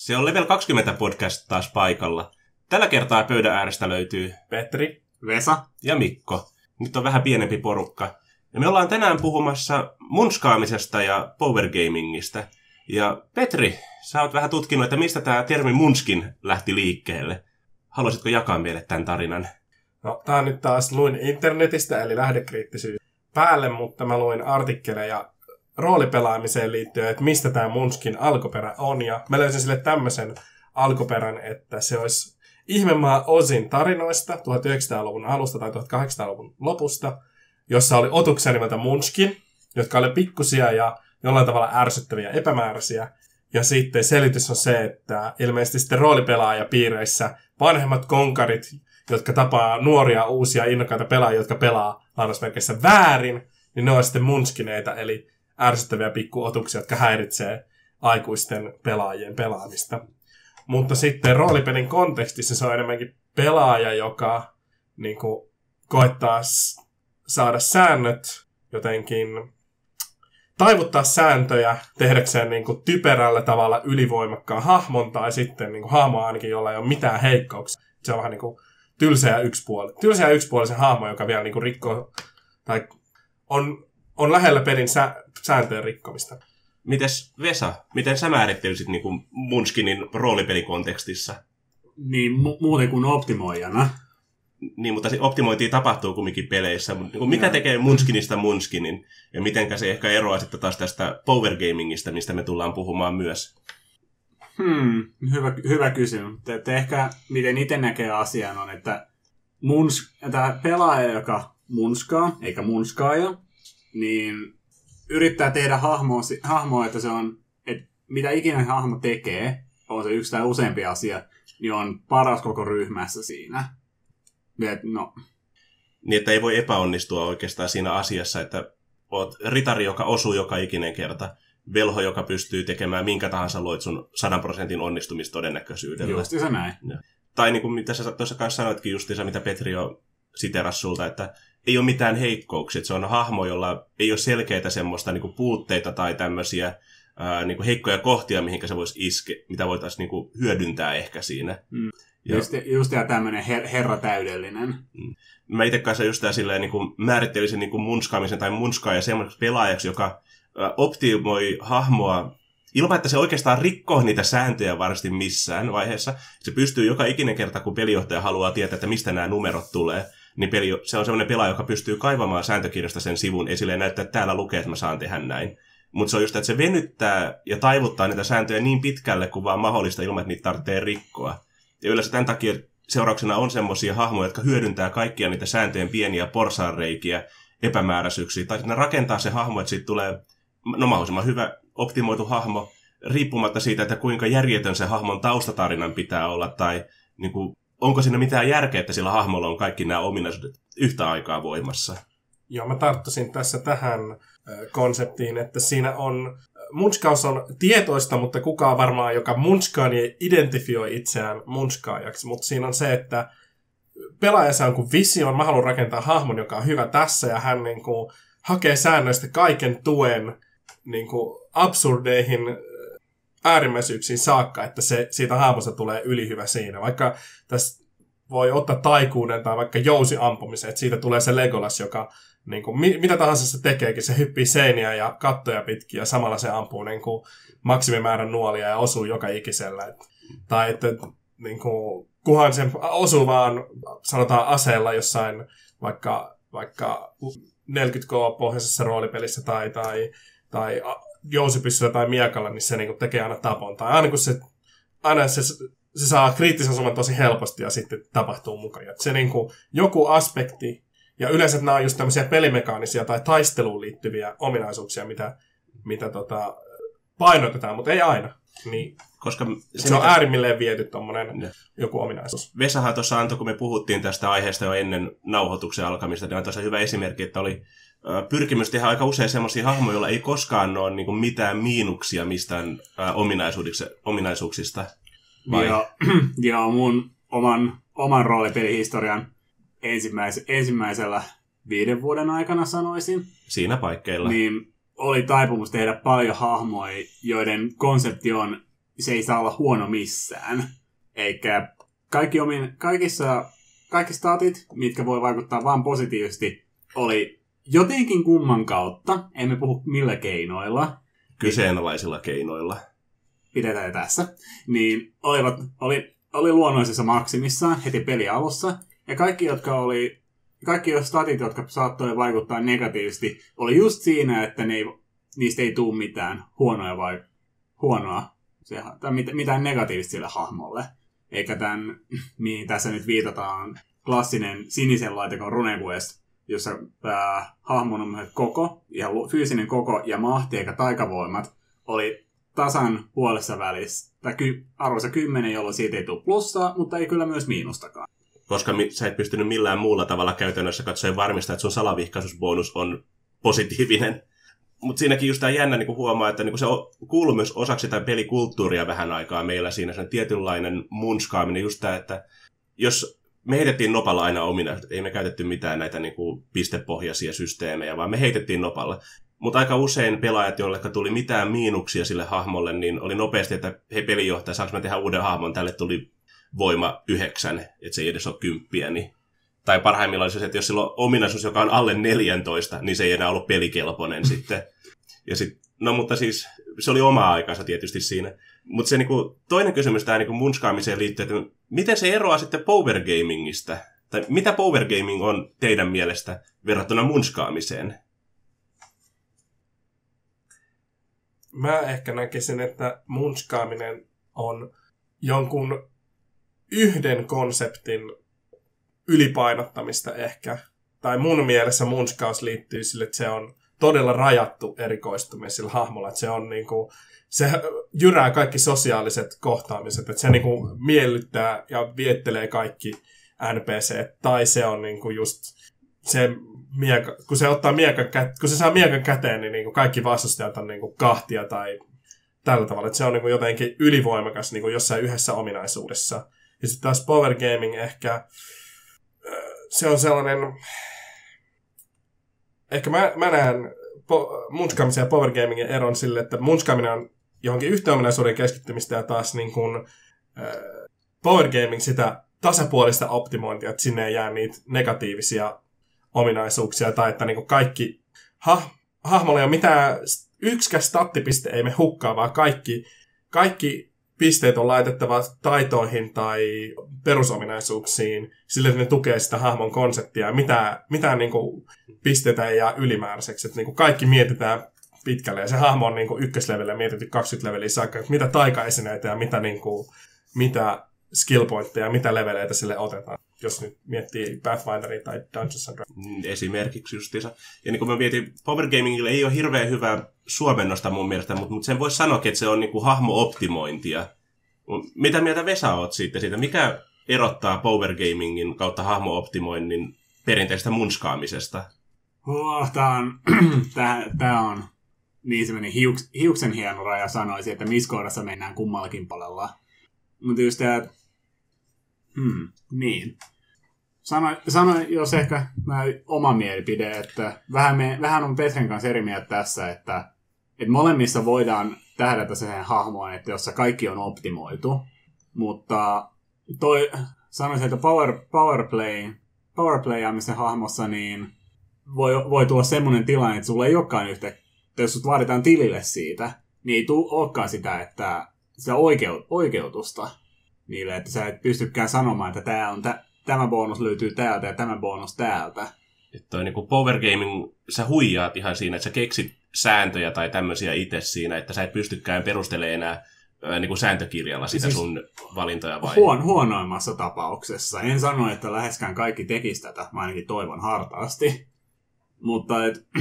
Se on Level 20 podcast taas paikalla. Tällä kertaa pöydän äärestä löytyy Petri, Vesa ja Mikko. Nyt on vähän pienempi porukka. Ja me ollaan tänään puhumassa munskaamisesta ja powergamingista. Ja Petri, sä oot vähän tutkinut, että mistä tämä termi munskin lähti liikkeelle. Haluaisitko jakaa meille tämän tarinan? no tää nyt taas luin internetistä, eli lähdekriittisyys päälle, mutta mä luin artikkeleja roolipelaamiseen liittyen, että mistä tämä munskin alkuperä on. Ja mä löysin sille tämmöisen alkuperän, että se olisi Ihmemaa Ozin tarinoista 1900-luvun alusta tai 1800-luvun lopusta, jossa oli otuksia nimeltä munskin, jotka oli pikkusia ja jollain tavalla ärsyttäviä ja epämääräisiä. Ja sitten selitys on se, että ilmeisesti sitten roolipelaajapiireissä vanhemmat konkarit, jotka tapaa nuoria, uusia, innokkaita pelaajia, jotka pelaa lainausmerkeissä väärin, niin ne on sitten munskineita, eli ärsyttäviä pikkuotuksia, jotka häiritsee aikuisten pelaajien pelaamista. Mutta sitten roolipelin kontekstissa se on enemmänkin pelaaja, joka niin kuin, koettaa saada säännöt jotenkin taivuttaa sääntöjä tehdäkseen niin kuin typerällä tavalla ylivoimakkaan hahmon tai sitten niin kuin hahmoa ainakin, jolla ei ole mitään heikkouksia. Se on vähän niin kuin tylsä ja yksipuolisen hahmo, joka vielä niin kuin rikkoo tai on lähellä pelin sääntöjen rikkomista. Mites Vesa, miten sä määrittelisit niin kuin munskinin roolipelikontekstissa? niin muuten kuin optimoijana. Niin, mutta se optimointi tapahtuu kumminkin peleissä. Niin mikä tekee munskinista munskinin? Ja mitenkä se ehkä eroaa sitten taas tästä powergamingista, mistä me tullaan puhumaan myös? Hyvä kysymys. Te ehkä, miten itse näkee asian on, että tämä pelaaja, joka munskaa, eikä munskaaja, niin yrittää tehdä hahmoa, että se on, että mitä ikinä hahmo tekee, on se yksi tai useampi asia, niin on paras koko ryhmässä siinä. No. Niin, että ei voi epäonnistua oikeastaan siinä asiassa, että oot ritari, joka osuu joka ikinen kerta, velho, joka pystyy tekemään minkä tahansa loitsun 100% onnistumistodennäköisyydellä. Justiinsa näin. Ja. Tai niin kuin mitä sä tuossa kanssa sanoitkin justiinsa, mitä Petri jo siterasi sulta, että ei ole mitään heikkouksia. Se on hahmo, jolla ei ole selkeitä semmoista niin kuin puutteita tai tämmöisiä niin kuin heikkoja kohtia, mihinkä se voisi mitä voitaisiin niin kuin hyödyntää ehkä siinä. Just tämmöinen herra täydellinen. Mä itse kanssa just silleen niin kuin määrittelisin niin kuin munskaamisen tai munskaaja semmoiseksi pelaajaksi, joka optimoi hahmoa ilman, että se oikeastaan rikkoo niitä sääntöjä varmasti missään vaiheessa. Se pystyy joka ikinen kerta, kun pelijohtaja haluaa tietää, että mistä nämä numerot tulee, niin se on semmoinen pelaaja, joka pystyy kaivamaan sääntökirjasta sen sivun esille ja näyttää, että täällä lukee, että mä saan tehdä näin. Mutta se on just, että se venyttää ja taivuttaa niitä sääntöjä niin pitkälle kuin vaan mahdollista ilman, että niitä tarvitsee rikkoa. Ja yleensä tämän takia seurauksena on semmoisia hahmoja, jotka hyödyntää kaikkia niitä sääntöjen pieniä porsaanreikiä, epämääräisyyksiä, tai ne rakentaa se hahmo, että siitä tulee mahdollisimman hyvä optimoitu hahmo, riippumatta siitä, että kuinka järjetön se hahmon taustatarinan pitää olla, tai niin kuin, onko siinä mitään järkeä, että sillä hahmolla on kaikki nämä ominaisuudet yhtä aikaa voimassa. Joo, mä tarttuisin tässä tähän konseptiin, että siinä on munskaus on tietoista, mutta kukaan varmaan, joka munskaa, niin ei identifioi itseään munskaajaksi. Mutta siinä on se, että pelaaja saa kuin vision, mä haluan rakentaa hahmon, joka on hyvä tässä, ja hän niin kuin hakee säännöistä kaiken tuen niin kuin absurdeihin äärimmäisyyksiin saakka, että siitä hahmosta tulee ylihyvä siinä. Vaikka tässä voi ottaa taikuuden tai vaikka jousiampumisen, että siitä tulee se Legolas, joka niin kuin, mitä tahansa se tekeekin, se hyppii seiniä ja kattoja pitkin ja samalla se ampuu niin kuin, maksimimäärän nuolia ja osuu joka ikisellä. Tai että niin kuin, kunhan se osuu vaan, sanotaan aseella jossain vaikka 40K-pohjaisessa roolipelissä tai jousipyssyllä tai miekalla, niin se niin kuin, tekee aina tapon. Tai aina kun se saa kriittisen summan tosi helposti ja sitten tapahtuu mukaan. Se niin kuin, joku aspekti. Ja yleensä nämä on just tämmöisiä pelimekaanisia tai taisteluun liittyviä ominaisuuksia, mitä painotetaan, mutta ei aina. Niin, koska se on äärimmilleen viety tommonen joku ominaisuus. Vesahan tuossa antoi, kun me puhuttiin tästä aiheesta jo ennen nauhoituksen alkamista, niin on tuossa hyvä esimerkki, että oli pyrkimys tehdä aika usein semmoisia hahmoja, joilla ei koskaan ole niin kuin mitään miinuksia mistään ominaisuuksista. Ja mun oman roolipelihistorian ensimmäisellä 5 vuoden aikana sanoisin. Siinä paikkeilla. Niin oli taipumus tehdä paljon hahmoja, joiden konsepti on se ei saa olla huono missään. Eikä kaikki statit, mitkä voi vaikuttaa vaan positiivisesti, oli jotenkin kumman kautta, emme puhu millä keinoilla. Kyseenalaisilla keinoilla. Pidetään tässä. Niin oli luonnollisessa maksimissaan heti peli alussa. Ja kaikki statit, jotka saattoi vaikuttaa negatiivisesti, oli just siinä, että niistä ei tule mitään huonoa tai mitään negatiivista sille hahmolle. Eikä tämän, mihin tässä nyt viitataan, klassinen sinisen laatikon RuneQuest, jossa hahmon koko, ja fyysinen koko ja mahti eikä taikavoimat oli tasan puolessa välissä. Tai arvoisa 10, jolloin siitä ei tule plussaa, mutta ei kyllä myös miinustakaan. Koska sä et pystynyt millään muulla tavalla käytännössä katsoen varmistaa, että sun salavihkaisuusbonus on positiivinen. Mutta siinäkin just tämä jännä niin huomaa, että niin se kuuluu myös osaksi sitä pelikulttuuria vähän aikaa meillä siinä. Se on tietynlainen munskaaminen just tämä, että jos me heitettiin nopalla aina ominaisuudet, ei me käytetty mitään näitä niin kuin pistepohjaisia systeemejä, vaan me heitettiin nopalla. Mutta aika usein pelaajat, joille tuli mitään miinuksia sille hahmolle, niin oli nopeasti, että hei pelijohtaja, saanko mä tehdä uuden hahmon, tälle tuli voima 9, että se ei edes ole 10, niin tai parhaimmillaan olisi se, että jos sillä on ominaisuus, joka on alle 14, niin se ei enää ollut pelikelpoinen sitten. Ja no mutta siis se oli oma aikansa tietysti siinä. Mutta se niinku, toinen kysymys tähän niinku munskaamiseen liittyy, että miten se eroaa sitten powergamingista? Tai mitä powergaming on teidän mielestä verrattuna munskaamiseen? Mä ehkä näkisin, että munskaaminen on jonkun yhden konseptin ylipainottamista ehkä. Tai mun mielessä munskaus liittyy sille, että se on todella rajattu erikoistuminen sillä hahmolla. Että se on niinku, se jyrää kaikki sosiaaliset kohtaamiset. Että se niinku miellyttää ja viettelee kaikki NPC. Tai se on niinku just se kun se ottaa kun se saa miekan käteen, niin niinku kaikki vastustajat on niinku kahtia tai tällä tavalla. Että se on niinku jotenkin ylivoimakas niinku jossain yhdessä ominaisuudessa. Ja sitten taas power gaming ehkä, se on sellainen, ehkä mä näen munskaamisen ja power gamingin eron sille, että munskaaminen on johonkin yhteen ominaisuuden keskittymistä ja taas niin kuin, power gaming sitä tasapuolista optimointia, että sinne ei jää niitä negatiivisia ominaisuuksia tai että niin kuin kaikki hahmolla ei ole mitään, yksikään stattipiste ei me hukkaa, vaan kaikki pisteet on laitettava taitoihin tai perusominaisuuksiin sillä, että ne tukee sitä hahmon konseptia ja mitään niin kuin pisteitä ei jää ylimääräiseksi. Että niin kuin kaikki mietitään pitkälle ja se hahmo on niin kuin ykköslevelillä mietitty 20 leveliä saakka, että mitä taikaesineitä ja mitä skill pointteja ja mitä leveleitä sille otetaan. Jos nyt miettii Pathfinderia tai Dungeons & Dragons. Esimerkiksi justiinsa. Ja niin kuin mä mietin, Power Gamingille ei ole hirveän hyvää suomennosta mun mielestä, mutta sen voisi sanoa, että se on niin kuin hahmo-optimointia. Mitä mieltä Vesa oot siitä? Mikä erottaa Power Gamingin kautta hahmo-optimoinnin perinteisestä munskaamisesta? Tämä on niin semmoinen hiuksen hieno raja sanoisin, että missä kohdassa mennään kummallakin puolella. Mutta just tämä, niin. Sanoin jos ehkä oma mielipide, että vähän on Petren kanssa eri mieltä tässä, että molemmissa voidaan tähdätä siihen hahmoon, että jossa kaikki on optimoitu. Mutta sanoisin, että powerplayaamisen hahmossa niin voi tulla semmoinen tilanne, että sulla ei olekaan jos sut vaaditaan tilille siitä, niin ei olekaan sitä, että sitä oikeutusta niille, että sä et pystykään sanomaan, että tämä bonus löytyy täältä ja tämä bonus täältä. Että toi niinku power gaming, sä huijaat ihan siinä, että sä keksit sääntöjä tai tämmöisiä itse siinä, että sä et pystykään perustelemaan enää niinku sääntökirjalla sitä siis sun valintoja vai? Huonoimmassa tapauksessa. En sano, että läheskään kaikki tekisi tätä, mä ainakin toivon hartaasti. Mutta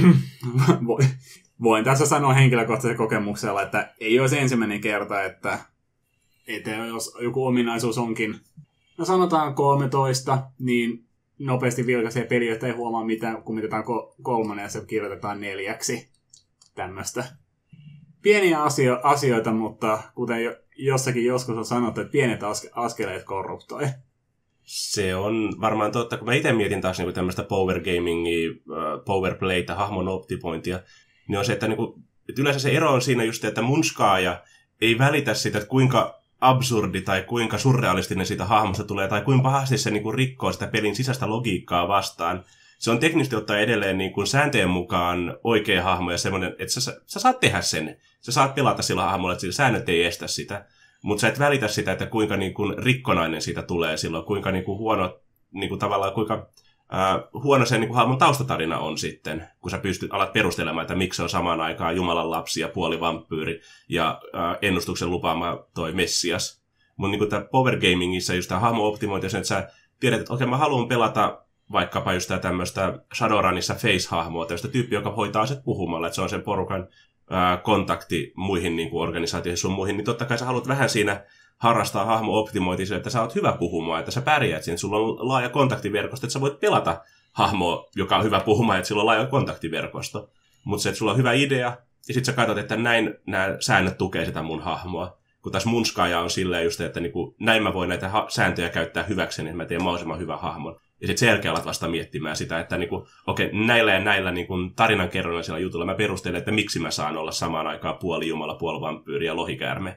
voin tässä sanoa henkilökohtaisen kokemuksella, että ei olisi ensimmäinen kerta, että jos joku ominaisuus onkin, no sanotaan 13, niin nopeasti vilkaisee peliä, että ei huomaa mitään, kun mitataan 3 ja se kirjoitetaan 4. Tämmöistä. Pieniä asioita, mutta kuten jossakin joskus on sanottu, että pienet askeleet korruptoi. Se on varmaan totta, kun mä itse mietin taas niinku tämmöistä power gamingia, power playtä, hahmon optimointia, niin on se, että, niinku, että yleensä se ero on siinä just, että munskaaja ei välitä sitä, että kuinka absurdi tai kuinka surrealistinen siitä hahmosta tulee, tai kuinka pahasti se niin kuin rikkoo sitä pelin sisäistä logiikkaa vastaan. Se on teknisesti ottaen edelleen niin kuin sääntöjen mukaan oikea hahmo ja semmoinen, että sä saat tehdä sen. Sä saat pelata sillä hahmolla, että säännöt ei estä sitä. Mutta sä et välitä sitä, että kuinka niin kuin rikkonainen siitä tulee silloin, kuinka niin kuin huono, niin kuin tavallaan kuinka huono se niin kuin hahmon taustatarina on sitten, kun sä alat perustelemaan, että miksi se on samaan aikaan Jumalan lapsi ja puolivampyyri ja ennustuksen lupaama toi Messias. Mutta niin kuin Power Gamingissa just tämä hahmo-optimointi, että sä tiedät, että okei, mä haluan pelata vaikkapa just tämmöistä Shadowrunissa face-hahmoa, tämmöistä tyyppiä, joka hoitaa aset puhumalla, että se on sen porukan kontakti muihin niin kuin organisaatioihin sun muihin, niin totta kai sä haluat vähän siinä harrastaa hahmo-optimointia, että sä oot hyvä puhumaan, että sä pärjäät siinä, sulla on laaja kontaktiverkosto, että sä voit pelata hahmoa, joka on hyvä puhumaan, että sillä on laaja kontaktiverkosto. Mutta se, että sulla on hyvä idea, ja sit sä katsot, että näin nämä säännöt tukee sitä mun hahmoa. Kun taas munskaaja on silleen just, että niinku, näin mä voin näitä sääntöjä käyttää hyväkseni, niin mä teen mahdollisimman hyvän hahmon. Ja sitten sen jälkeen alat vasta miettimään sitä, että niinku, okei, näillä ja näillä niinku, tarinankerronnallisilla jutulla mä perustelen, että miksi mä saan olla samaan aikaan puoli jumala, puoli vampyyri ja lohikäärme.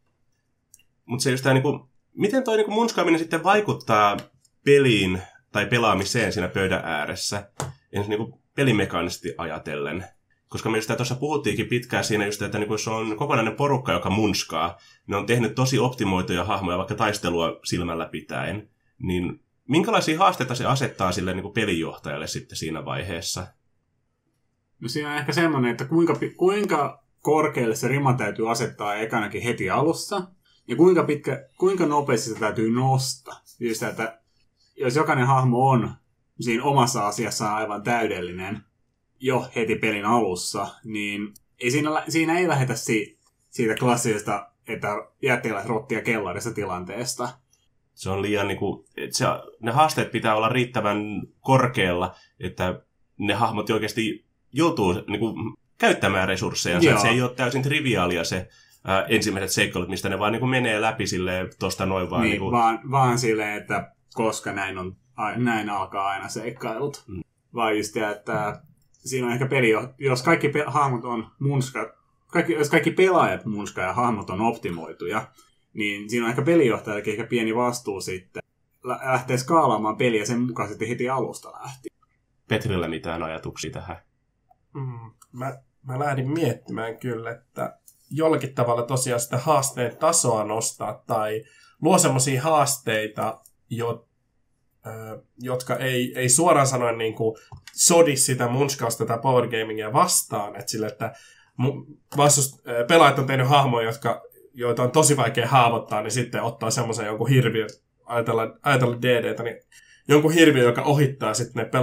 Mutta se just tää, niinku, miten toi niinku, munskaaminen sitten vaikuttaa peliin tai pelaamiseen siinä pöydän ääressä, ensin niinku, pelimekaanisesti ajatellen. Koska me just tuossa puhuttiinkin pitkään siinä just, että niinku, se on kokonainen porukka, joka munskaa. Ne on tehnyt tosi optimoituja hahmoja, vaikka taistelua silmällä pitäen. Niin minkälaisia haasteita se asettaa sille niin kuin pelinjohtajalle sitten siinä vaiheessa? No siinä on ehkä semmoinen, että kuinka korkealle se rima täytyy asettaa ekanakin heti alussa, ja kuinka nopeasti se täytyy nostaa. Just että jos jokainen hahmo on siinä omassa asiassaan aivan täydellinen jo heti pelin alussa, niin ei siinä ei lähdetä siitä klassisesta, että jättiläis rottia kellarissa tilanteesta. Se on liian, niin kuin, ne haasteet pitää olla riittävän korkealla, että ne hahmot oikeasti joutuu niin kuin, käyttämään resursseja. Se ei ole täysin triviaalia se ensimmäiset seikkailut, mistä ne vaan niin kuin, menee läpi silleen tuosta noin vaan. Niin, vaan silleen, että koska näin alkaa aina seikkailut. Vaan just että siinä on ehkä peli, jos kaikki hahmot on jos kaikki pelaajat munskaa ja hahmot on optimoituja, niin siinä on ehkä pelijohtajallakin ehkä pieni vastuu sitten lähteä skaalaamaan peliä sen mukaisesti heti alusta lähtien. Petrillä mitään ajatuksia tähän? Mä lähdin miettimään kyllä, että jollakin tavalla tosiaan sitä haasteen tasoa nostaa tai luo semmoisia haasteita, jotka ei suoraan sanoen niin kuin sodi sitä munskausta tai power gamingia vastaan. Että sille, että pelaajat on tehnyt hahmoja, joita on tosi vaikea haavoittaa, niin sitten ottaa semmoisen jonkun hirviön, ajatella DDtä, niin jonkun hirviön, joka ohittaa sitten ne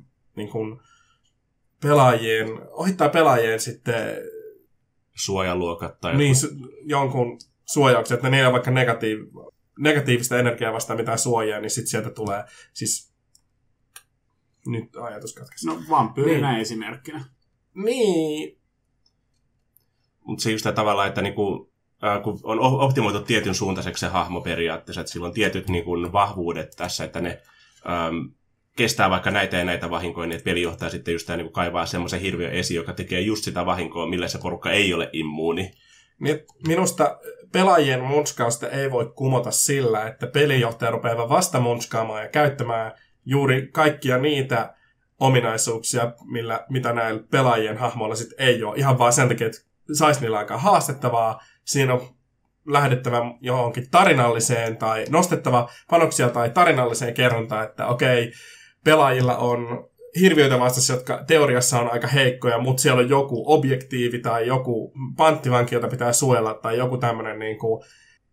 ohittaa pelaajien sitten suojaluokat tai niin, jonkun suojauksen, että ne ei ole vaikka negatiivista energiaa vastaan mitään suojaa, niin sitten sieltä tulee siis nyt ajatus katkesi. No vampyyrinä niin. Esimerkkinä. Niin. Mutta se just tavallaan, että niinku kun on optimoitu tietyn suuntaiseksi se hahmo periaatteessa, että sillä on tietyt niin kuin, vahvuudet tässä, että ne kestää vaikka näitä ja näitä vahinkoja, niin että pelijohtaja sitten just niin kuin, kaivaa semmoisen hirviön esiin, joka tekee just sitä vahinkoa, millä se porukka ei ole immuuni. Minusta pelaajien munskausta ei voi kumota sillä, että pelijohtaja rupeaa vasta munskaamaan ja käyttämään juuri kaikkia niitä ominaisuuksia, mitä näillä pelaajien hahmoilla sitten ei ole. Ihan vaan sen takia, että saisi niillä aika haastettavaa. Siinä on lähdettävä johonkin tarinalliseen tai nostettava panoksia tai tarinalliseen kerrontaan, että okei, pelaajilla on hirviöitä vastassa, jotka teoriassa on aika heikkoja, mutta siellä on joku objektiivi tai joku panttivanki, jota pitää suojella, tai joku tämmöinen niin kuin,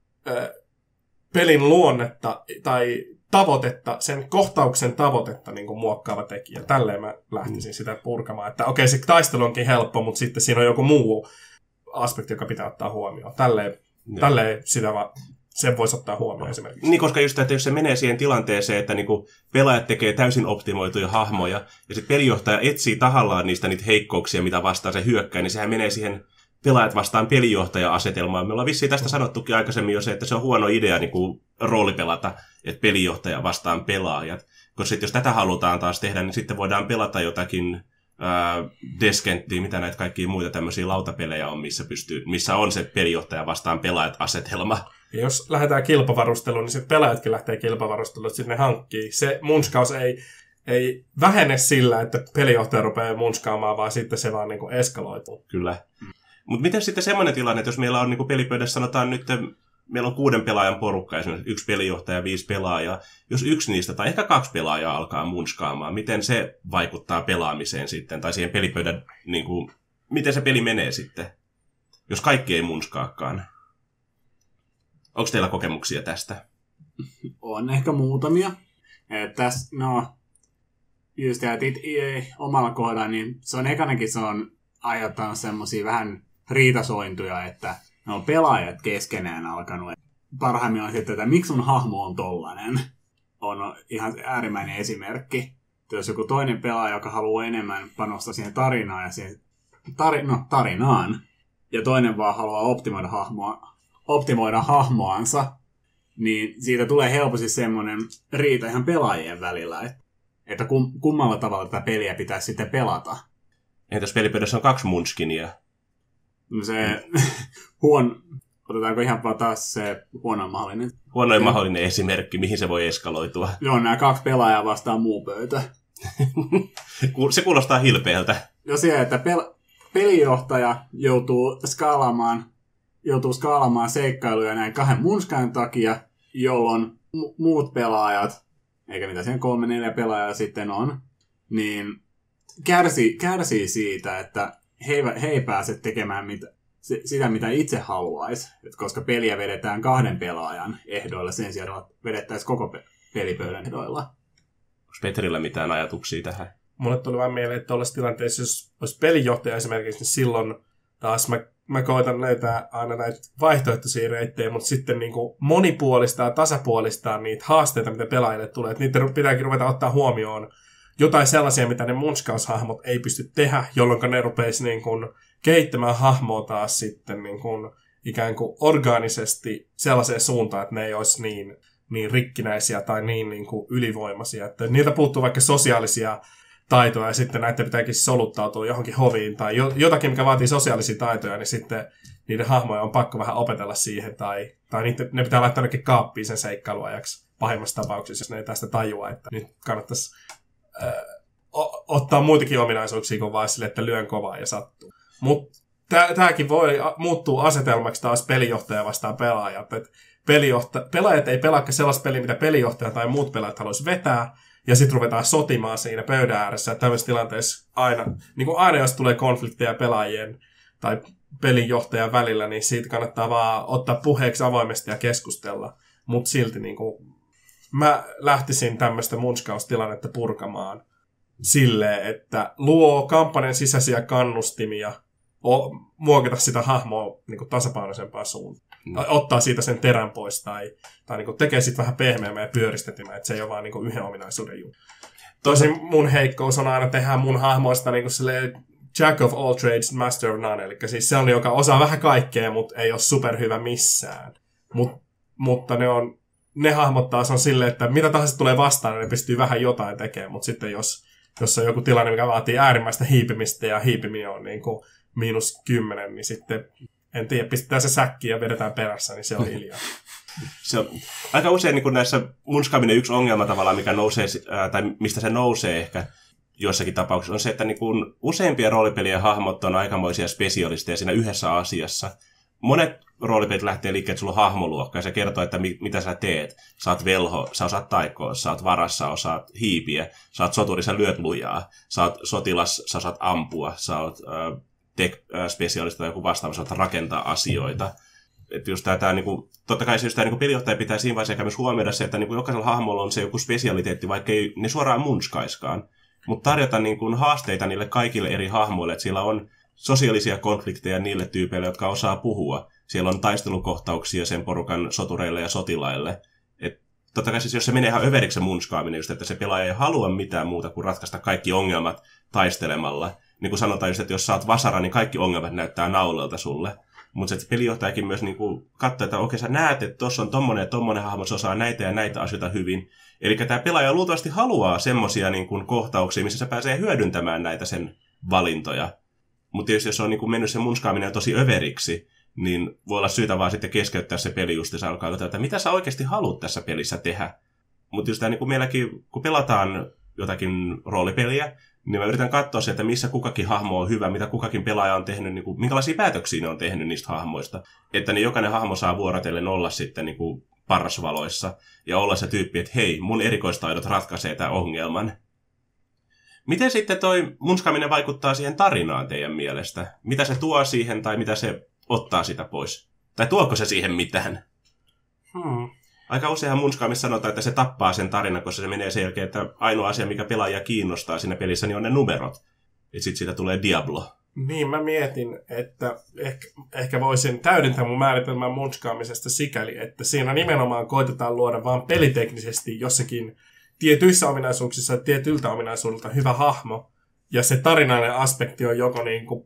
pelin luonnetta tai tavoitetta, sen kohtauksen tavoitetta niin kuin muokkaava tekijä. Tälleen mä lähtisin sitä purkamaan, että okei, se taistelu onkin helppo, mutta sitten siinä on joku muu aspekti, joka pitää ottaa huomioon. Tälleen sen voisi ottaa huomioon esimerkiksi. Niin, koska just, että jos se menee siihen tilanteeseen, että niinku pelaajat tekee täysin optimoituja hahmoja, ja sitten pelijohtaja etsii tahallaan niitä heikkouksia, mitä vastaan se hyökkää, niin sehän menee siihen pelaajat vastaan pelijohtaja-asetelmaan. Me ollaan vissiin tästä sanottukin aikaisemmin jo se, että se on huono idea niinku roolipelata, että pelijohtaja vastaan pelaajat. Koska sitten jos tätä halutaan taas tehdä, niin sitten voidaan pelata jotakin Descenttia, mitä näitä kaikkia muita tämmöisiä lautapelejä on, missä on se pelijohtaja vastaan pelaajat asetelma. Ja jos lähdetään kilpavarusteluun, niin sitten pelaajatkin lähtee kilpavarusteluun, että sitten ne hankkii. Se munskaus ei vähene sillä, että pelijohtaja rupeaa munskaamaan, vaan sitten se vaan niin kuin eskaloituu. Kyllä. Mutta miten sitten semmoinen tilanne, että jos meillä on niin kuin pelipöydässä, sanotaan nyt, meillä on 6 pelaajan porukka, esimerkiksi 1 pelijohtaja, 5 pelaajaa. Jos yksi niistä tai ehkä 2 pelaajaa alkaa munskaamaan, miten se vaikuttaa pelaamiseen sitten, tai siihen pelipöydän, niin kuin, miten se peli menee sitten, jos kaikki ei munskaakaan? Onko teillä kokemuksia tästä? On ehkä muutamia. Just omalla kohdalla, niin se on ekanakin se on aiheuttanut semmosia vähän riitasointuja, että ne on pelaajat keskenään alkanut. Parhaimmillaan sitten, että miksi sun hahmo on tollanen, on ihan äärimmäinen esimerkki. Että jos joku toinen pelaaja, joka haluaa enemmän panostaa siihen tarinaan ja siihen tarinaan, ja toinen vaan haluaa optimoida hahmoansa, niin siitä tulee helposti semmoinen riita ihan pelaajien välillä, että kummalla tavalla tätä peliä pitäisi sitten pelata. Entäs pelipöydässä on 2 munskinia? No se otetaanko ihan vaan taas se huonoin mahdollinen? Huonoin mahdollinen esimerkki, mihin se voi eskaloitua. Joo, nämä 2 pelaajaa vastaan muu pöytä. Se kuulostaa hilpeältä. No se, että pelijohtaja joutuu skaalaamaan seikkailuja näin 2 munskan takia, jolloin muut pelaajat, eikä mitä siinä 3-4 pelaajaa sitten on, niin kärsii siitä, että he ei pääse tekemään sitä, mitä itse haluaisi, koska peliä vedetään 2 pelaajan ehdoilla sen sijaan, että vedettäisiin koko pelipöydän ehdoilla. Onko Petrillä mitään ajatuksia tähän? Mulle tuli vaan mieleen, että tuollaisessa tilanteessa, jos olisi pelijohtaja esimerkiksi, niin silloin taas mä koitan löytää aina näitä vaihtoehtoisia reittejä, mutta sitten niin kuin monipuolistaa ja tasapuolistaa niitä haasteita, mitä pelaajille tulee. Että niitä pitääkin ruveta ottaa huomioon jotain sellaisia, mitä ne munskaushahmot ei pysty tehdä, jolloin ne rupeisi niin kuin kehittämään hahmoa taas sitten niin kuin ikään kuin orgaanisesti sellaiseen suuntaan, että ne ei olisi niin rikkinäisiä tai niin kuin ylivoimaisia. Että niiltä puuttuu vaikka sosiaalisia taitoja ja sitten näiden pitääkin soluttautua johonkin hoviin tai jotakin, mikä vaatii sosiaalisia taitoja, niin sitten niiden hahmoja on pakko vähän opetella siihen tai ne pitää laittaa jonnekin kaappiin sen seikkailuajaksi pahimmassa tapauksessa, jos ne ei tästä tajua, että nyt kannattaisi ottaa muitakin ominaisuuksia kuin vaan sille, että lyön kovaa ja sattuu. Mutta tämäkin voi muuttua asetelmaksi taas pelijohtaja vastaan pelaajat. Pelaajat ei pelaakaan sellaista peliä, mitä pelijohtaja tai muut pelaajat haluaisi vetää, ja sitten ruvetaan sotimaan siinä pöydän ääressä. Tällaisessa tilanteessa aina jos tulee konflikteja pelaajien tai pelinjohtajan välillä, niin siitä kannattaa vaan ottaa puheeksi avoimesti ja keskustella. Mutta silti mä lähtisin tämmöistä munskaustilannetta purkamaan silleen, että luo kampanjan sisäisiä kannustimia muokata sitä hahmoa tasapainoisempaan suuntaan. Ottaa siitä sen terän pois tai tekee sitten vähän pehmeämmän ja pyöristetymään, että se ei ole vaan yhden ominaisuuden juttu. Tosin mun heikkous on aina tehdä mun hahmoista jack of all trades, master of none, eli siis se on joka osaa vähän kaikkea, mutta ei ole superhyvä missään. Mutta ne hahmot taas on silleen, että mitä tahansa tulee vastaan, niin ne pystyy vähän jotain tekemään, mutta sitten jos on joku tilanne, mikä vaatii äärimmäistä hiipimistä ja hiipiminen on -10, niin sitten en tiedä, pistetään se säkkiin ja vedetään perässä, niin se on hiljaa. Se on aika usein näissä munskaaminen yksi ongelma tavallaan, mikä nousee, tai mistä se nousee ehkä joissakin tapauksissa, on se, että useimpien roolipelien hahmot on aikamoisia spesialisteja siinä yhdessä asiassa. Monet roolipelit lähtee liikkeelle, että sulla on hahmoluokka, ja se kertoo, että mitä sä teet. Sä oot velho, sä osaat taikoa, sä oot varassa, osaat hiipiä, sä oot soturi, sä lyöt lujaa, sä oot sotilas, sä osaat ampua, sä oot tech-spesialista tai joku vastaava, sä osaat rakentaa asioita. Että just totta kai se just pelijohtaja pitää siinä vaiheessa myös huomioida se, että jokaisella hahmolla on se joku spesialiteetti, vaikka ei ne suoraan munskaiskaan. Mutta tarjota haasteita niille kaikille eri hahmoille, että siellä on sosiaalisia konflikteja niille tyypeille, jotka osaa puhua. Siellä on taistelukohtauksia sen porukan sotureille ja sotilaille. Et totta kai siis, jos se menee ihan överiksi se munskaaminen, just, että se pelaaja ei halua mitään muuta kuin ratkaista kaikki ongelmat taistelemalla. Niin kuin sanotaan just, että jos sä oot vasara, niin kaikki ongelmat näyttää naulalta sulle. Mutta se pelijohtajakin myös katsoo, että okei, sä näet, että tuossa on tommonen ja tommonen hahmo, se osaa näitä ja näitä asioita hyvin. Eli tämä pelaaja luultavasti haluaa semmoisia kohtauksia, missä se pääsee hyödyntämään näitä sen valintoja. Mutta tietysti jos on niin kuin mennyt se munskaaminen tosi överiksi, niin voi olla syytä vaan sitten keskeyttää se peli just, ja alkaa katsoa, että mitä sä oikeasti haluat tässä pelissä tehdä. Mutta just tämä, niin kuin meilläkin, kun pelataan jotakin roolipeliä, niin mä yritän katsoa se, että missä kukakin hahmo on hyvä, mitä kukakin pelaaja on tehnyt, niin kuin, minkälaisia päätöksiä ne on tehnyt niistä hahmoista. Että niin jokainen hahmo saa vuorotellen olla sitten niin kuin parrasvaloissa ja olla se tyyppi, että hei, mun erikoistaidot ratkaisee tämän ongelman. Miten sitten toi munskaaminen vaikuttaa siihen tarinaan teidän mielestä? Mitä se tuo siihen tai mitä se ottaa sitä pois? Tai tuoko se siihen mitään? Aika useinhan munskaamissa sanotaan, että se tappaa sen tarinan, koska se menee sen jälkeen, että ainoa asia, mikä pelaajia kiinnostaa siinä pelissä, niin on ne numerot. Ja sitten siitä tulee Diablo. Niin, mä mietin, että ehkä voisin täydentää mun määritelmän munskaamisesta sikäli, että siinä nimenomaan koitetaan luoda vaan peliteknisesti jossakin tietyissä ominaisuuksissa tietyiltä ominaisuudelta hyvä hahmo. Ja se tarinainen aspekti on joko niin kuin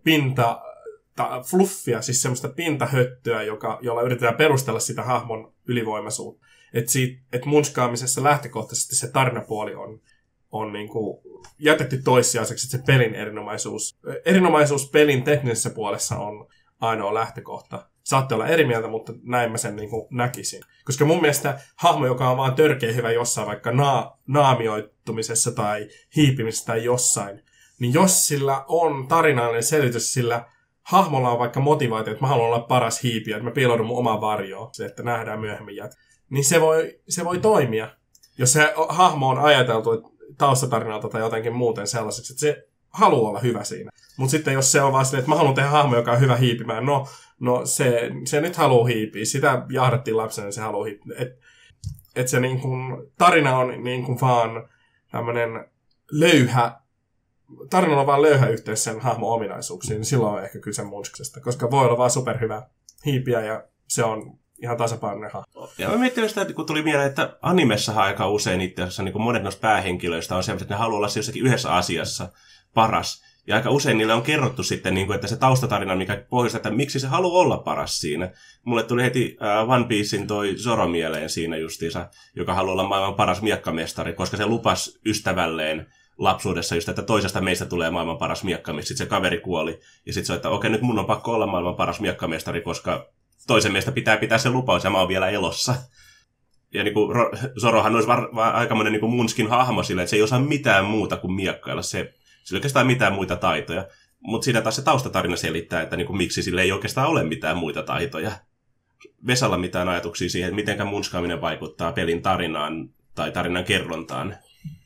fluffia, siis semmoista pintahöttöä, jolla yritetään perustella sitä hahmon ylivoimaisuutta. Että munskaamisessa lähtökohtaisesti se tarinapuoli on niin kuin jätetty toissijaiseksi, että se pelin erinomaisuus pelin teknisessä puolessa on ainoa lähtökohta. Saatte olla eri mieltä, mutta näin mä sen niin kuin näkisin. Koska mun mielestä hahmo, joka on vaan törkeä hyvä jossain, vaikka naamioitumisessa tai hiipimisessä tai jossain, niin jos sillä on tarinallinen selitys, sillä hahmolla on vaikka motivaatio, että mä haluan olla paras hiipiä, että mä piiloudun mun omaa varjoon, se, että nähdään myöhemmin niin se voi toimia. Jos se hahmo on ajateltu taustatarinalta tai jotenkin muuten sellaiseksi, että se haluaa olla hyvä siinä. Mutta sitten jos se on vaan silleen, että mä haluan tehdä hahmo, joka on hyvä hiipimään, no se nyt haluaa hiipiä. Sitä jahdattiin lapsena, niin se haluaa hiipiä. Et se niin kun, tarina on niin kun vaan tämmönen löyhä, tarinalla on vaan löyhä yhteys sen hahmon ominaisuuksiin, niin silloin on ehkä kyse munskisesta, koska voi olla vaan superhyvä hiipiä ja se on ihan tasapainoinen hahmo. Ja mä miettinyt sitä, kun tuli mieleen, että animessahan aika usein itse asiassa niin monet noista päähenkilöistä on sellaiset, että ne haluaa olla jossakin yhdessä asiassa paras. Ja aika usein niille on kerrottu sitten, että se taustatarina, mikä pohjustaa, että miksi se haluaa olla paras siinä. Mulle tuli heti One Piecein toi Zoro mieleen siinä justiinsa, joka haluaa olla maailman paras miekkamestari, koska se lupasi ystävälleen lapsuudessa just, että toisesta meistä tulee maailman paras miekkamestari. Sitten se kaveri kuoli. Ja sitten se, että okei, nyt mun on pakko olla maailman paras miekkamestari, koska toisen meistä pitää se lupaus ja mä oon vielä elossa. Ja niin kuin Zorohan olisi aikamoinen niin munskin hahmo sillä, että se ei osaa mitään muuta kuin miekkailla. Sillä ei oikeastaan mitään muita taitoja. Mutta siinä taas se taustatarina selittää, että niin kuin, miksi sillä ei oikeastaan ole mitään muita taitoja. Vesalla mitään ajatuksia siihen, että miten munskaaminen vaikuttaa pelin tarinaan tai tarinan kerrontaan.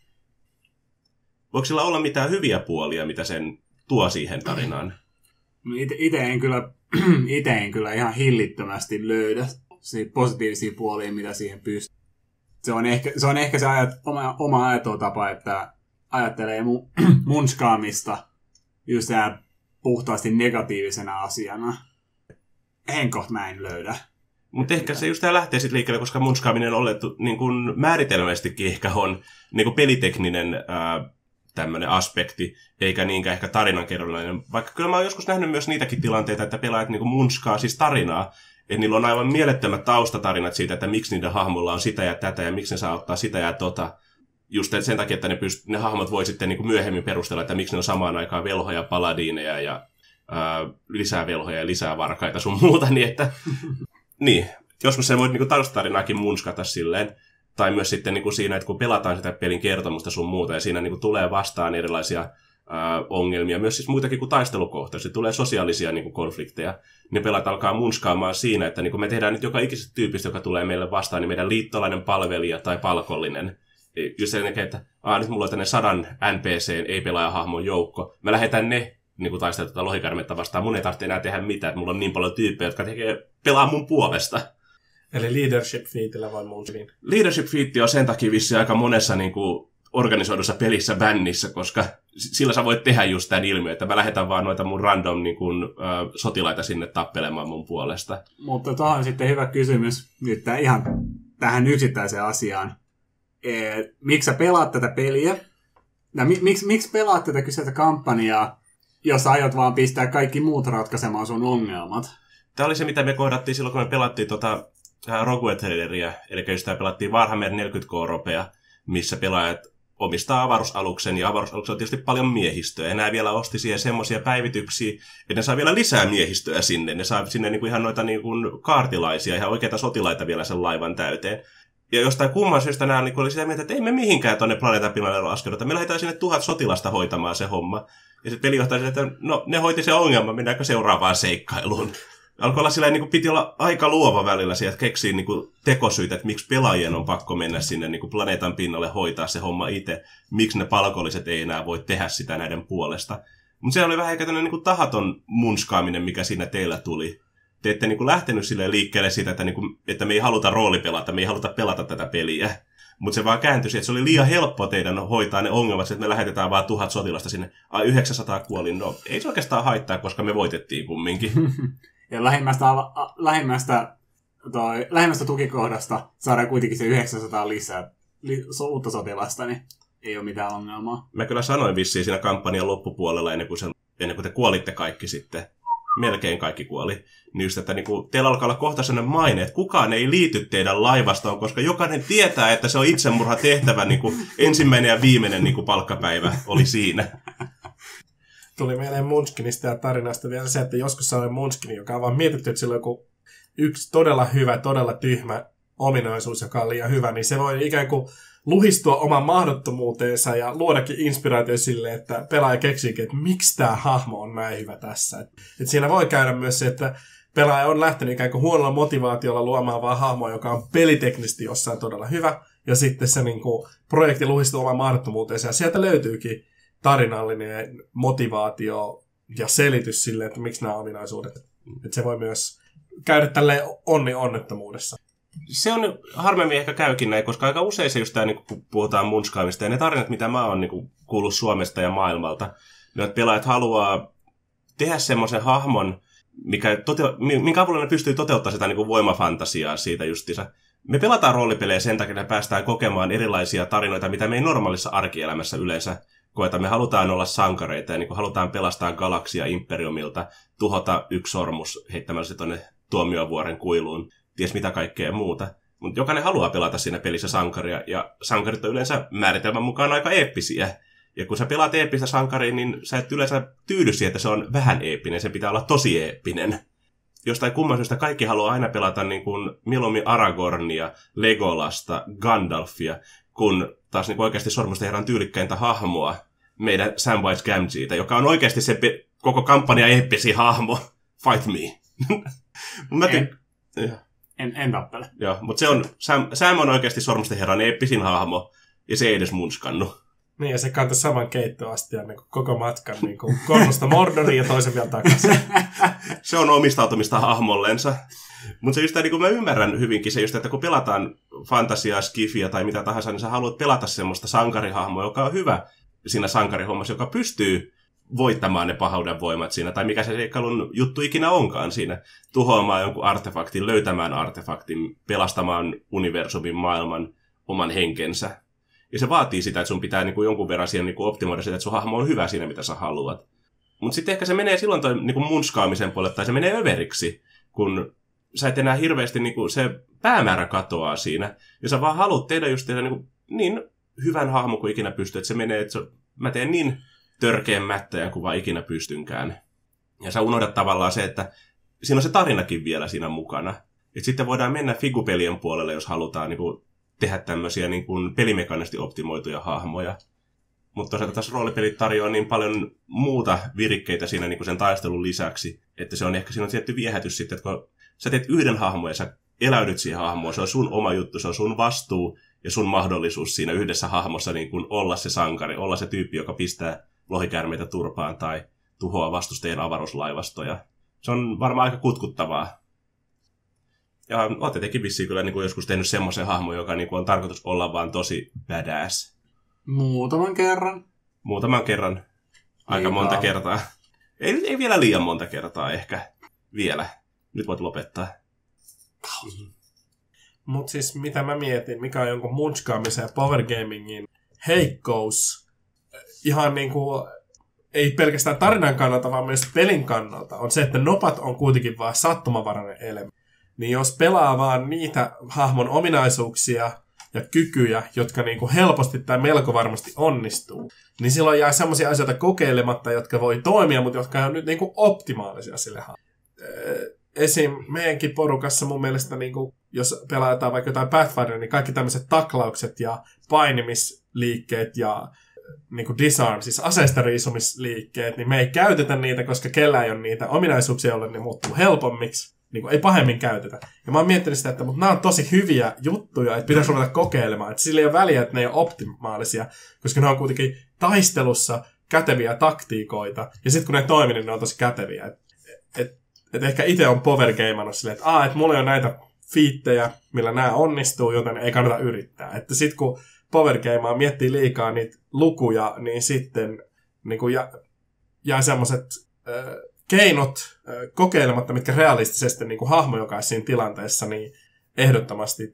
Voiko sillä olla mitään hyviä puolia, mitä sen tuo siihen tarinaan? No itse en kyllä ihan hillittömästi löydä positiivisia puolia, mitä siihen pystyy. Se on ehkä se oma ajattelutapa, että ajattelee munskaamista just puhtaasti negatiivisena asiana. Mä en löydä. Mutta ehkä se just lähtee sitten liikkeelle, koska munskaaminen on olettu niin kuin määritelmästikin ehkä on niin kuin pelitekninen tämmöinen aspekti, eikä niinkään ehkä tarinankerronnallinen. Vaikka kyllä mä oon joskus nähnyt myös niitäkin tilanteita, että pelaajat niin kuin munskaa siis tarinaa, että niillä on aivan mielettömät taustatarinat siitä, että miksi niiden hahmolla on sitä ja tätä ja miksi ne saa ottaa sitä ja tota. Just sen takia, että ne hahmot voi sitten niin kuin myöhemmin perustella, että miksi ne on samaan aikaan velhoja, paladiineja ja lisää velhoja ja lisää varkaita sun muuta. Niin, että, niin joskus se voi niin kuin taustatarinaakin munskata silleen. Tai myös sitten niin kuin siinä, että kun pelataan sitä pelin kertomusta sun muuta ja siinä niin kuin tulee vastaan erilaisia ongelmia, myös siis muitakin kuin taistelukohtaisesti, tulee sosiaalisia niin kuin konflikteja, niin pelaat alkaa munskaamaan siinä, että niin kuin me tehdään nyt joka ikisestä tyypistä, joka tulee meille vastaan, niin meidän liittolainen palvelija tai palkollinen. Just sen jälkeen, että nyt mulla on tänne 100 NPC:n ei-pelaajahahmon joukko. Mä lähetän ne niin taistella tätä lohikarmetta vastaan. Mun ei tarvitse enää tehdä mitään, että mulla on niin paljon tyyppejä, jotka pelaa mun puolesta. Eli leadership featillä vai muun hyvin? Leadership feat on sen takia vissiin aika monessa niin kuin organisoidussa pelissä bännissä, koska sillä sä voit tehdä just tämän ilmiön, että mä lähetän vaan noita mun random niin kuin, sotilaita sinne tappelemaan mun puolesta. Mutta tuohon sitten hyvä kysymys nyt ihan tähän yksittäiseen asiaan. Miksi sä pelaat tätä peliä? Miksi pelaat tätä kyseistä kampanjaa, jos aiot vaan pistää kaikki muut ratkaisemaan sun ongelmat? Tämä oli se, mitä me kohdattiin silloin, kun me pelattiin Rogue Traderia, eli just pelattiin Warhammer 40K-ropea, missä pelaajat omistaa avaruusaluksen, ja avaruusaluksella on tietysti paljon miehistöä, ja nämä vielä osti siihen semmoisia päivityksiä, että ne saa vielä lisää miehistöä sinne. Ne saa sinne niin kuin ihan noita niin kuin kaartilaisia, ihan oikeita sotilaita vielä sen laivan täyteen. Ja jostain kumman syystä nämä niin oli sitä mieltä, että ei me mihinkään tuonne planeetan pinnalle laskeuduta. Me lähdetään sinne 1000 sotilasta hoitamaan se homma. Ja sitten pelijohtaja sanoi, että no ne hoiti se ongelma, mennäänkö seuraavaan seikkailuun. Alkoi olla sillä niin piti olla aika luova välillä sieltä keksiä niin tekosyitä, että miksi pelaajien on pakko mennä sinne niin planeetan pinnalle hoitaa se homma itse. Miksi ne palkolliset ei enää voi tehdä sitä näiden puolesta. Mutta se oli vähän ehkä tämmöinen niin tahaton munskaaminen, mikä siinä teillä tuli. Te ette niin lähtenyt silleen liikkeelle siitä, että me ei haluta roolipelata, me ei haluta pelata tätä peliä. Mutta se vaan kääntyi, että se oli liian helppo teidän hoitaa ne ongelmat, että me lähetetään vaan 1000 sotilasta sinne. 900 kuoli. No ei se oikeastaan haittaa, koska me voitettiin kumminkin. Ja lähimmästä tukikohdasta saadaan kuitenkin se 900 lisää uutta sotilasta, niin ei ole mitään ongelmaa. Mä kyllä sanoin vissiin siinä kampanjan loppupuolella, ennen kuin te kuolitte kaikki sitten. Melkein kaikki kuoli. Niin just, että teillä alkaa olla kohta sellainen maine, että kukaan ei liity teidän laivastoon, koska jokainen tietää, että se on itsemurha tehtävä. Ensimmäinen ja viimeinen palkkapäivä oli siinä. Tuli mieleen Munskinista ja tarinasta vielä se, että joskus sellainen Munskini, joka on vaan mietitty, että sillä on joku yksi todella hyvä, todella tyhmä ominaisuus, joka on liian hyvä, niin se voi ikään kuin luhistua oman mahdottomuuteensa ja luodakin inspiraatio sille, että pelaaja keksiikin, että miksi tämä hahmo on näin hyvä tässä. Et siinä voi käydä myös se, että pelaaja on lähtenyt ikään kuin huonolla motivaatiolla luomaan vaan hahmoa, joka on peliteknisesti jossain todella hyvä, ja sitten se projekti luhistuu oman mahdottomuuteensa, ja sieltä löytyykin tarinallinen motivaatio ja selitys sille, että miksi nämä ominaisuudet. Että se voi myös käydä tälleen onnettomuudessa. Se on harvemmin ehkä käykin näin, koska aika usein se just tämä, kun puhutaan munskaamista, ja ne tarinat, mitä mä oon kuullut Suomesta ja maailmalta, niin että pelaajat haluaa tehdä semmoisen hahmon, minkä avulla ne pystyy toteuttamaan sitä voimafantasiaa siitä justiinsa. Me pelataan roolipelejä sen takia, että me päästään kokemaan erilaisia tarinoita, mitä me ei normaalissa arkielämässä yleensä koeta. Me halutaan olla sankareita ja halutaan pelastaa galaksia Imperiumilta, tuhota yksi sormus heittämällä se tuonne Tuomiovuoren kuiluun, ties mitä kaikkea muuta. Mutta jokainen haluaa pelata siinä pelissä sankaria, ja sankarit on yleensä määritelmän mukaan aika eeppisiä. Ja kun sä pelaat eeppistä sankaria, niin sä et yleensä tyydy siihen, että se on vähän eeppinen, se pitää olla tosi eeppinen. Jostain kumman syystä kaikki haluaa aina pelata mieluummin Aragornia, Legolasta, Gandalfia, kun taas oikeasti Sormusten herran tyylikkäintä hahmoa, meidän Samwise Gamgeeta, joka on oikeasti se koko kampanja eeppisin hahmo. Fight me. En tappele. Joo, mutta Sam on oikeasti Sormusten herran eeppisin hahmo, ja se ei edes munskannut. Niin, ja se kantoi saman keittoastian koko matkan Kornosta Mordoriin ja toisen vielä takaisin. Se on omistautumista hahmollensa. Mutta se just mä ymmärrän hyvinkin se just, että kun pelataan fantasiaa, skifiä tai mitä tahansa, niin sä haluat pelata semmoista sankarihahmoa, joka on hyvä siinä sankarihommassa, joka pystyy voittamaan ne pahuuden voimat siinä, tai mikä se seikkailun juttu ikinä onkaan siinä, tuhoamaan jonkun artefaktin, löytämään artefaktin, pelastamaan universumin maailman oman henkensä. Ja se vaatii sitä, että sun pitää jonkun verran siihen optimoida sitä, että sun hahmo on hyvä siinä, mitä sä haluat. Mutta sitten ehkä se menee silloin toi munskaamisen puolelle, tai se menee överiksi, kun sä et enää hirveästi se päämäärä katoaa siinä. Ja sä vaan haluat tehdä just niin hyvän hahmo kuin ikinä pystyy, että se menee, että mä teen niin törkeän mättäjän kuin vaan ikinä pystynkään. Ja sä unohdat tavallaan se, että siinä on se tarinakin vielä siinä mukana. Et sitten voidaan mennä figupelien puolelle, jos halutaan tehdä tämmöisiä pelimekaanisesti optimoituja hahmoja. Mutta tosiaan tässä roolipelit tarjoaa niin paljon muuta virikkeitä siinä sen taistelun lisäksi, että se on ehkä siinä on tietty viehätys sitten, että kun sä teet yhden hahmon ja sä eläydyt siihen hahmoon, se on sun oma juttu, se on sun vastuu ja sun mahdollisuus siinä yhdessä hahmossa olla se sankari, olla se tyyppi, joka pistää lohikäärmeitä turpaan tai tuhoaa vastustajien avaruuslaivastoja. Se on varmaan aika kutkuttavaa. Ja ootte tekin vissiin kyllä joskus tehnyt semmoisen hahmon, joka on tarkoitus olla vaan tosi badass. Muutaman kerran. Aika monta kertaa. Ei vielä liian monta kertaa ehkä. Vielä. Nyt voit lopettaa. Mutta siis mitä mä mietin, mikä on jonkun munskaamisen ja powergamingin heikkous, ihan ei pelkästään tarinan kannalta, vaan myös pelin kannalta, on se, että nopat on kuitenkin vaan sattumavarainen elementti. Niin jos pelaa vaan niitä hahmon ominaisuuksia ja kykyjä, jotka niinku helposti tai melko varmasti onnistuu, niin silloin jää semmoisia asioita kokeilematta, jotka voi toimia, mutta jotka on nyt niinku optimaalisia sille esim. Meidänkin porukassa mun mielestä, niinku, jos pelataan vaikka jotain Pathfinderia, niin kaikki tämmöiset taklaukset ja painimisliikkeet ja niinku disarm, siis aseista riisumisliikkeet, niin me ei käytetä niitä, koska kellä ei ole niitä ominaisuuksia, joille ne muuttuu helpommiksi. Niin ei pahemmin käytetä. Ja mä oon miettinyt sitä, että mutta nämä on tosi hyviä juttuja, että pitäisi ruveta kokeilemaan. Että sillä ei ole väliä, että ne ei ole optimaalisia, koska ne on kuitenkin taistelussa käteviä taktiikoita. Ja sitten kun ne toimii, niin ne on tosi käteviä. Et ehkä itse on powergameannut silleen, että mulla ei ole näitä fiittejä, millä nämä onnistuu, joten ei kannata yrittää. Että sitten kun powergameaa miettii liikaa niitä lukuja, niin sitten niin jää semmoiset keinot kokeilematta, mitkä realistisesti niin kuin hahmo, joka siinä tilanteessa, niin ehdottomasti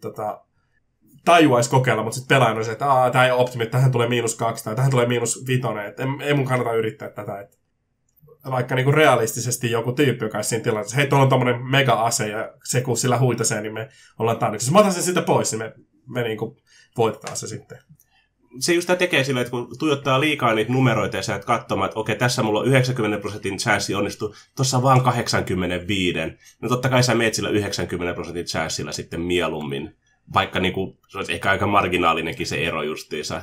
tajuaisi kokeilla, mutta sitten pelaajan on se, että tämä ei ole optimi, tähän tulee -2 tai tähän tulee -5, että ei mun kannata yrittää tätä. Että vaikka niin kuin realistisesti joku tyyppi, joka olisi siinä tilanteessa, hei, tuolla on tommoinen mega-ase ja se kun sillä huitasee, niin me ollaan tarvittu. Jos mä otan sen siitä pois, niin me niin kuin voitetaan se sitten. Se just tekee silleen, että kun tuijottaa liikaa niitä numeroita ja sä et katsomaan, että okei, tässä mulla on 90% chanssi onnistuu, tuossa on vaan 85. No totta kai sä meet sillä 90% chanssilla sitten mieluummin, vaikka niinku, se olisi ehkä aika marginaalinenkin se ero justiinsa.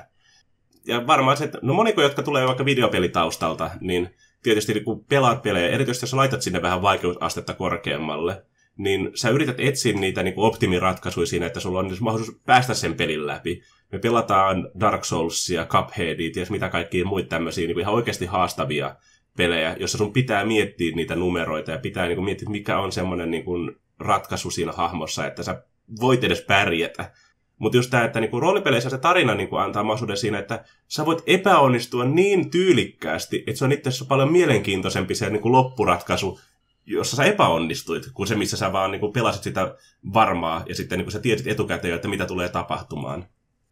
Ja varmaan se, että no moniko, jotka tulee vaikka videopelitaustalta, niin tietysti kun pelaat pelejä, erityisesti jos sä laitat sinne vähän vaikeusastetta korkeammalle, niin sä yrität etsiä niitä niin kuin optimiratkaisuja siinä, että sulla on mahdollisuus päästä sen pelin läpi. Me pelataan Dark Soulsia, Cupheadia, ties mitä kaikkia muita tämmöisiä niin kuin ihan oikeasti haastavia pelejä, jossa sun pitää miettiä niitä numeroita ja pitää niin kuin miettiä, mikä on semmoinen niin kuin ratkaisu siinä hahmossa, että sä voit edes pärjätä. Mutta just tämä, että niinku roolipeleissä se tarina niinku antaa mahdollisuuden siinä, että sä voit epäonnistua niin tyylikkäästi, että se on itse asiassa paljon mielenkiintoisempi se niinku loppuratkaisu, jossa sä epäonnistuit, kuin se, missä sä vaan niinku pelasit sitä varmaa, ja sitten niinku sä tiesit etukäteen, että mitä tulee tapahtumaan.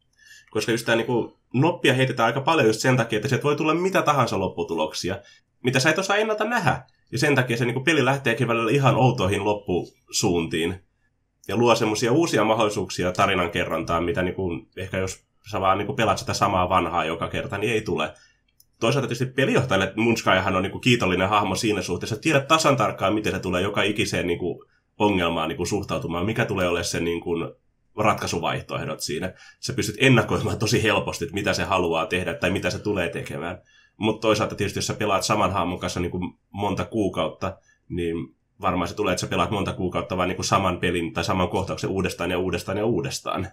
Koska just tämä niinku noppia heitetään aika paljon just sen takia, että sieltä voi tulla mitä tahansa lopputuloksia, mitä sä et osaa ennalta nähdä. Ja sen takia se niinku peli lähteekin välillä ihan outoihin loppusuuntiin. Ja luo semmoisia uusia mahdollisuuksia tarinan kerrontaan, mitä niinku, ehkä jos sä vaan niinku pelaat sitä samaa vanhaa joka kerta, niin ei tule. Toisaalta tietysti pelijohtajalle Moonskyahan on niinku kiitollinen hahmo siinä suhteessa. Tiedät tasan tarkkaan, miten se tulee joka ikiseen niinku ongelmaan niinku suhtautumaan, mikä tulee olemaan se niinku ratkaisuvaihtoehdot siinä. Sä pystyt ennakoimaan tosi helposti, että mitä se haluaa tehdä tai mitä se tulee tekemään. Mutta toisaalta tietysti, jos sä pelaat saman hahmon kanssa niinku monta kuukautta, niin varmaan se tulee, että sä pelaat monta kuukautta vaan niinku saman pelin tai saman kohtauksen uudestaan ja uudestaan ja uudestaan.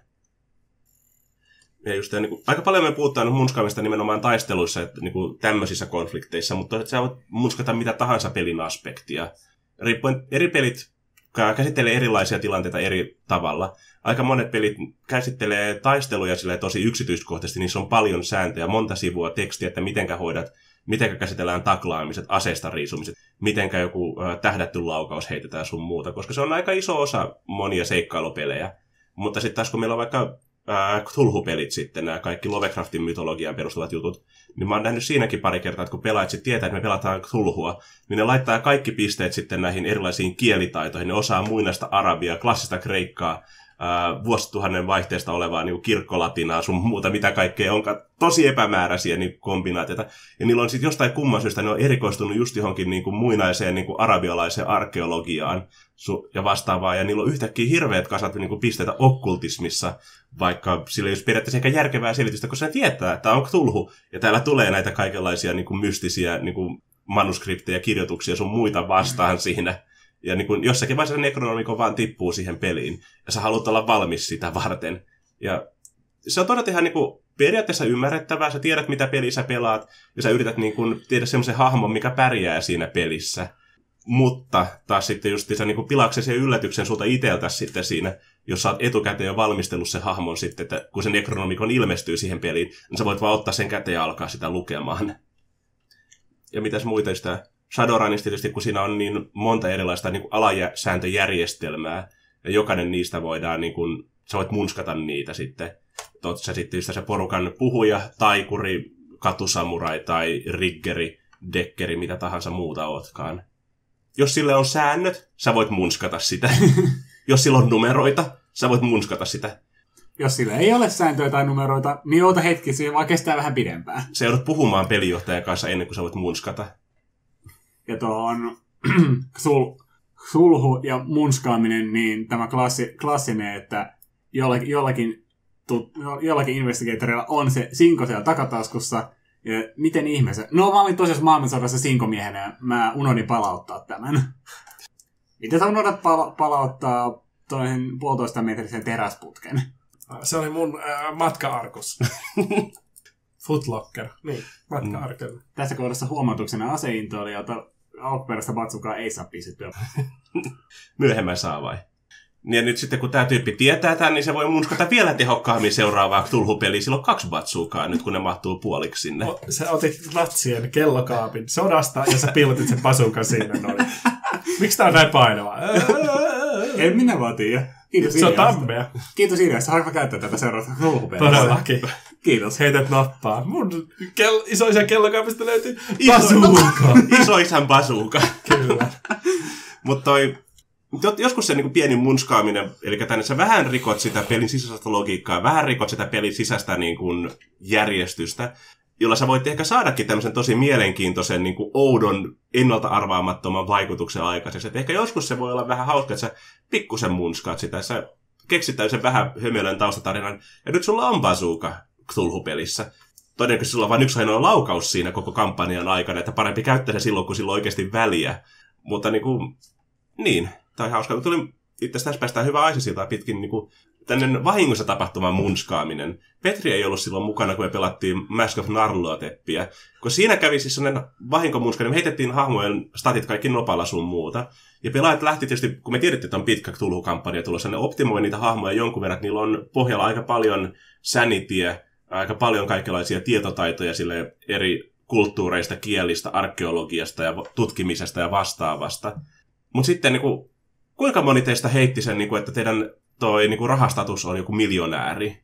Ja just niinku, aika paljon me puhutaan munskaamista nimenomaan taisteluissa, että niinku tämmöisissä konflikteissa, mutta toisaalta sä voit munskata mitä tahansa pelin aspektia. Riippuen eri pelit käsittelee erilaisia tilanteita eri tavalla. Aika monet pelit käsittelee taisteluja silleen tosi yksityiskohtaisesti, niissä on paljon sääntöjä, monta sivua tekstiä, että mitenkä hoidat, mitenkä käsitellään taklaamiset, aseista riisumiset, mitenkä joku tähdätty laukaus heitetään sun muuta, koska se on aika iso osa monia seikkailupelejä. Mutta sitten taas kun meillä on vaikka Cthulhu-pelit sitten, nämä kaikki Lovecraftin mytologiaan perustuvat jutut, niin mä oon nähnyt siinäkin pari kertaa, että kun pelaajat sitten tietää, että me pelataan Cthulhua, niin ne laittaa kaikki pisteet sitten näihin erilaisiin kielitaitoihin. Ne osaa muinaista arabiaa, klassista kreikkaa, vuosituhannen vaihteesta olevaa niin kirkkolatinaa, sun muuta, mitä kaikkea onkaan tosi epämääräisiä niin kombinaatioita. Ja niillä on sitten jostain kumman syystä, ne on erikoistunut just johonkin niin kuin muinaiseen niin kuin arabialaiseen arkeologiaan ja vastaavaa. Ja niillä on yhtäkkiä hirveät kasat niin kuin pisteitä okkultismissa, vaikka sillä ei ole periaatteessa ehkä järkevää selitystä, kun se tietää, että on Cthulhu. Ja täällä tulee näitä kaikenlaisia niin kuin mystisiä niin kuin manuskripteja, kirjoituksia sun muita vastaan siinä. Ja niin kun jossakin vaiheessa Necronomicon vaan tippuu siihen peliin. Ja sä haluat olla valmis sitä varten. Ja se on todella ihan niin kuin periaatteessa ymmärrettävää. Sä tiedät, mitä peliä sä pelaat. Ja sä yrität niin kuin tehdä semmoisen hahmon, mikä pärjää siinä pelissä. Mutta taas sitten just sä niin kuin pilaaksesi ja yllätyksen sulta itseltäsi sitten siinä, jos sä oot etukäteen jo valmistellut se hahmon sitten, että kun se Necronomicon ilmestyy siihen peliin, niin sä voit vaan ottaa sen käteen ja alkaa sitä lukemaan. Ja mitäs muita sitä Shadowrunista tietysti, kun siinä on niin monta erilaista niin alasääntöjärjestelmää, ja jokainen niistä voidaan, niin kuin, sä voit munskata niitä sitten. Oot sä sitten se porukan puhuja, taikuri, katusamurai tai riggeri, dekkeri, mitä tahansa muuta ootkaan. Jos sille on säännöt, sä voit munskata sitä. Jos sillä on numeroita, sä voit munskata sitä. Jos sillä ei ole sääntöjä tai numeroita, niin oota hetki, se vaan kestää vähän pidempään. Se joudut puhumaan pelijohtajan kanssa ennen kuin sä voit munskata. Ja tuohon sulhu ja munskaaminen, niin tämä klassinen, että jollakin investigatorilla on se sinko siellä takataskussa. Ja miten ihmeessä? No mä olin tosiaan maailmansodassa sinkomiehenä ja mä unohdin palauttaa tämän. Miten sä unohdat palauttaa toinen 1,5 metrisen teräsputken? Se oli mun matka-arkus. Footlocker. Niin, matka-arkella. Tässä kohdassa huomautuksena aseintoili, jota alkuperäistä batsukaa ei saa pistettyä. Myöhemmän saa vai? Ja nyt sitten kun tämä tyyppi tietää tämän, niin se voi munskata vielä tehokkaammin seuraavaa Cthulhu-peliä. Sillä on 2 batsukaa nyt, kun ne mahtuu puoliksi sinne. Sä otit natsien kellokaapin sodasta ja sä piilotit sen basukan siinä noin. Miksi tää on näin painavaa? En minä vaan tiedä. Kiitos se on tammea. Kiitos ideasta. Haluatko käyttää tätä seuraavassa Cthulhu-pelissä? Todellakin. Kiitos. Heität nappaa. Mun isoisän kellokaapista löytyy basuuka. Isoisän basuuka. Kyllä. Mutta joskus se niin kuin pieni munskaaminen, eli tänne sä vähän rikot sitä pelin sisäistä logiikkaa, vähän rikot sitä pelin sisäistä niin kuin järjestystä, jolla sä voit ehkä saadakin tämmöisen tosi mielenkiintoisen, niin kuin oudon, ennalta arvaamattoman vaikutuksen aikaiseksi. Et ehkä joskus se voi olla vähän hauska, että sä pikkusen munskaat sitä, sä keksit täysin vähän hömelön taustatarinan, ja nyt sulla on bazooka Cthulhu-pelissä. Todennäköisesti sulla on vain yksi ainoa laukaus siinä koko kampanjan aikana, että parempi käyttää se silloin, kun sillä on oikeasti väliä. Mutta niin, tämä on hauska. Tuli itse asiassa tässä päästään hyvä aisesiltaa pitkin tänne vahingossa tapahtuvan munskaaminen. Petri ei ollut silloin mukana, kun me pelattiin Mask of Narloa-teppiä. Kun siinä kävi siis sellainen vahinkomunskaaminen, me heitettiin hahmojen statit kaikki nopalla sun muuta. Ja pelaajat lähti tietysti, kun me tiedettiin, että on pitkä Cthulhu-kampanja tulossa, ne optimoi niitä hahmoja jonkun verran, että niillä on pohjalla aika paljon sanityä, aika paljon kaikenlaisia tietotaitoja sille eri kulttuureista, kielistä, arkeologiasta ja tutkimisesta ja vastaavasta. Mutta sitten kuinka moni teistä heitti sen, että teidän toi rahastatus on joku miljonääri?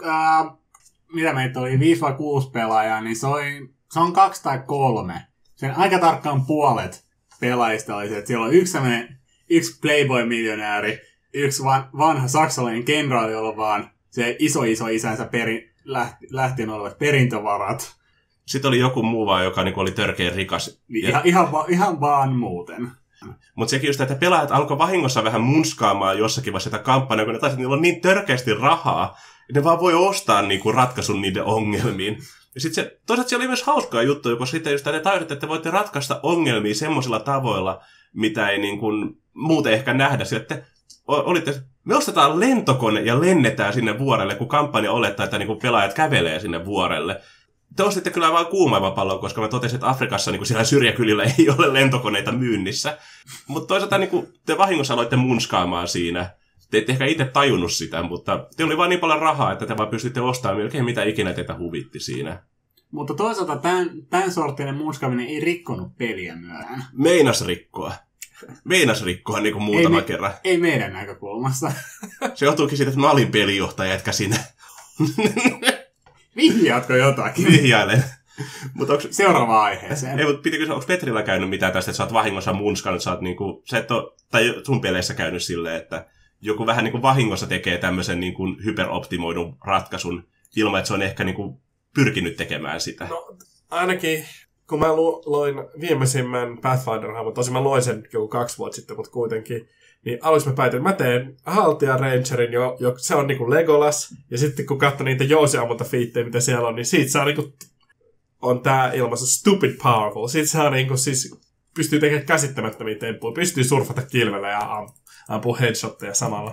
Mitä meitä oli? 5 vai 6 pelaajaa, niin se on 2 tai 3. Sen aika tarkkaan puolet pelaajista oli se, että siellä on yksi Playboy-miljonääri, yksi vanha saksalainen kenraali, jolla on vaan se iso-isänsä lähtien olevat perintövarat. Sitten oli joku muu vaan, joka oli törkeän rikas. Ihan vaan muuten. Mutta sekin just, että pelaajat alkoi vahingossa vähän munskaamaan jossakin vaiheessa sitä kampanjaa, kun ne taisi, että niillä on niin törkeästi rahaa, että ne vaan voi ostaa ratkaisun niiden ongelmiin. Ja sitten toisaalta siellä oli myös hauskaa juttuja, kun sitten just ne tajusivat, että te voitte ratkaista ongelmia semmoisilla tavoilla, mitä ei muuten ehkä nähdä. Sillä, että me ostetaan lentokone ja lennetään sinne vuorelle, kun kampanja olettaa, että pelaajat kävelee sinne vuorelle. Te ostitte kyllä vaan kuumaivapallon, koska mä totesin, että Afrikassa siellä syrjäkylillä ei ole lentokoneita myynnissä. Mutta toisaalta te vahingossa aloitte munskaamaan siinä. Te ette ehkä itse tajunnut sitä, mutta te oli vaan niin paljon rahaa, että te vaan pystytte ostamaan melkein mitä ikinä teitä huvitti siinä. Mutta toisaalta tämän sorttinen munskaaminen ei rikkonut peliä myöhään. Meinas rikkoa muutama kerran. Ei meidän näkökulmasta. Se johtuukin siitä, että mä olin pelijohtaja, etkä sinä. Vihjaatko jotakin? Vihjailen. Seuraavaan aiheeseen. Ei, mutta onko Petrillä käynyt mitään tästä, että sä oot vahingossa munskannut, sä et ole, tai sun peleissä käynyt silleen, että joku vähän vahingossa tekee tämmöisen hyperoptimoidun ratkaisun ilman, että se on ehkä pyrkinyt tekemään sitä? No, ainakin kun mä loin viimeisimmän Pathfinder-hahmon, tosin mä loin sen joku 2 vuotta sitten, mutta kuitenkin, niin aluksi mä päätin, että mä teen Haltia Rangerin, se on Legolas, ja sitten kun katsoi niitä jousiammuntafiittejä, mitä siellä on, niin siitä saa on tää ilmaisu stupid powerful. Siitä saa siis pystyy tekemään käsittämättömiä temppuja, pystyy surfata kilvellä ja ampua headshotteja samalla.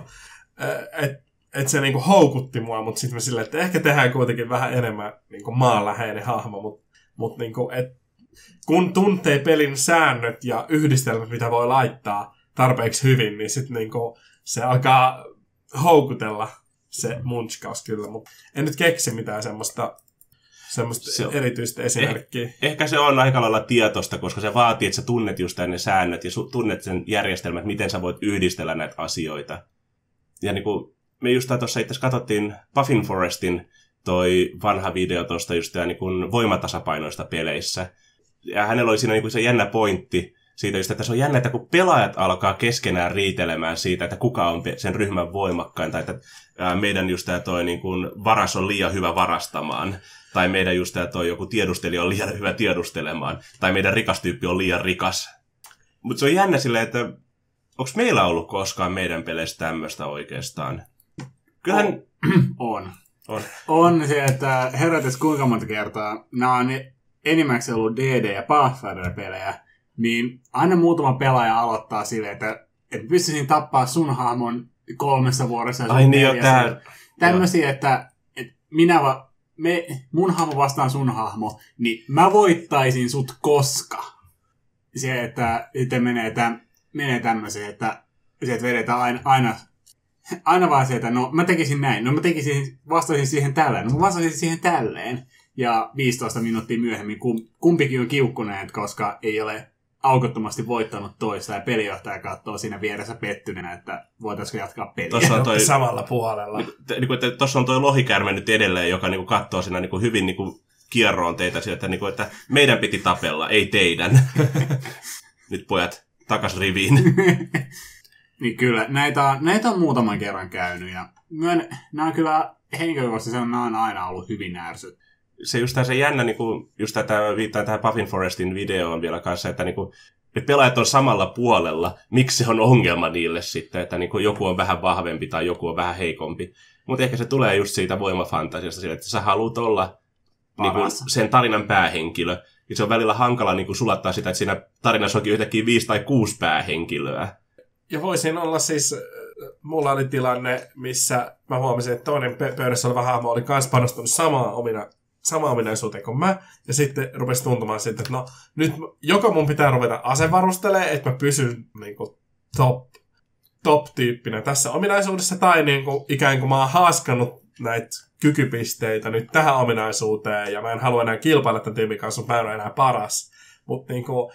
Et se houkutti mua, mutta sitten mä silleen, että ehkä tehdään kuitenkin vähän enemmän maanläheinen hahmo, mutta kun tuntee pelin säännöt ja yhdistelmät, mitä voi laittaa tarpeeksi hyvin, niin sitten se alkaa houkutella se munchkaus kyllä, mutta en nyt keksi mitään semmoista erityistä esimerkkiä. Ehkä se on aika lailla tietoista, koska se vaatii, että sä tunnet just ne säännöt ja tunnet sen järjestelmät, miten sä voit yhdistellä näitä asioita. Ja me just tuossa itse asiassa katsottiin Puffin Forestin toi vanha video tuosta just voimatasapainoista peleissä. Ja hänellä oli siinä se jännä pointti, siitä just, että se on jännä, että kun pelaajat alkaa keskenään riitelemään siitä, että kuka on sen ryhmän voimakkain, tai että meidän just tämä toi niin kuin varas on liian hyvä varastamaan, tai meidän just tämä toi joku tiedustelija on liian hyvä tiedustelemaan, tai meidän rikas tyyppi on liian rikas. Mutta se on jännä silleen, että onko meillä ollut koskaan meidän peleissä tämmöistä oikeastaan? Kyllähän... On se, että herätys kuinka monta kertaa, nämä on enimmäkseen ollut DD- ja Pathfinder-pelejä, niin aina muutama pelaaja aloittaa silleen, että pystyisin tappaa sun hahmon 3 vuodessa. Ai niin jo, tää... Tämmöisiä, että mun hahmo vastaan sun hahmo, niin mä voittaisin sut koska. Se, että sitten menee tämmöiseen, että vedetään aina vaan se, että no mä tekisin näin, no mä vastaisin siihen tälleen, no mä vastaisin siihen tälleen. Ja 15 minuuttia myöhemmin kumpikin on kiukkuneet, koska ei ole aukottomasti voittanut toista, ja pelijohtaja katsoo siinä vieressä pettyneenä, että voitaisiinko jatkaa peliä. Samalla puolella. Tuossa on toi lohikärme nyt edelleen, joka niinku katsoo siinä niinku hyvin niinku kierroon teitä sieltä, niinku, että meidän piti tapella, ei teidän. Nyt pojat, takas riviin. Niin kyllä, näitä on muutaman kerran käynyt, ja nämä on kyllä henkilökohtaisesti on aina ollut hyvin ärsyt. Se just se jännä, niinku, just tätä viittaa tähän Puffin Forestin videoon vielä kanssa, että niinku, ne pelaajat on samalla puolella, miksi se on ongelma niille sitten, että niinku, joku on vähän vahvempi tai joku on vähän heikompi. Mutta ehkä se tulee just siitä voimafantasiasta, että sä haluat olla niinku, sen tarinan päähenkilö. Ja se on välillä hankala niinku, sulattaa sitä, että siinä tarinassa onkin yhtäkkiä 5 tai 6 päähenkilöä. Ja voisin olla siis, mulla oli tilanne, missä mä huomasin, että toinen pöydässä oleva hahmo oli kans panostanut samaa ominaisuuteen kuin mä, ja sitten rupesi tuntumaan siltä, että no nyt joko mun pitää ruveta asevarustelemaan, että mä pysyn niinku top-tyyppinä tässä ominaisuudessa, tai niinku, ikään kuin mä oon haaskannut näitä kykypisteitä nyt tähän ominaisuuteen, ja mä en halua enää kilpailla tämän tyypin kanssa, mutta mä en ole enää paras. Mutta niinku,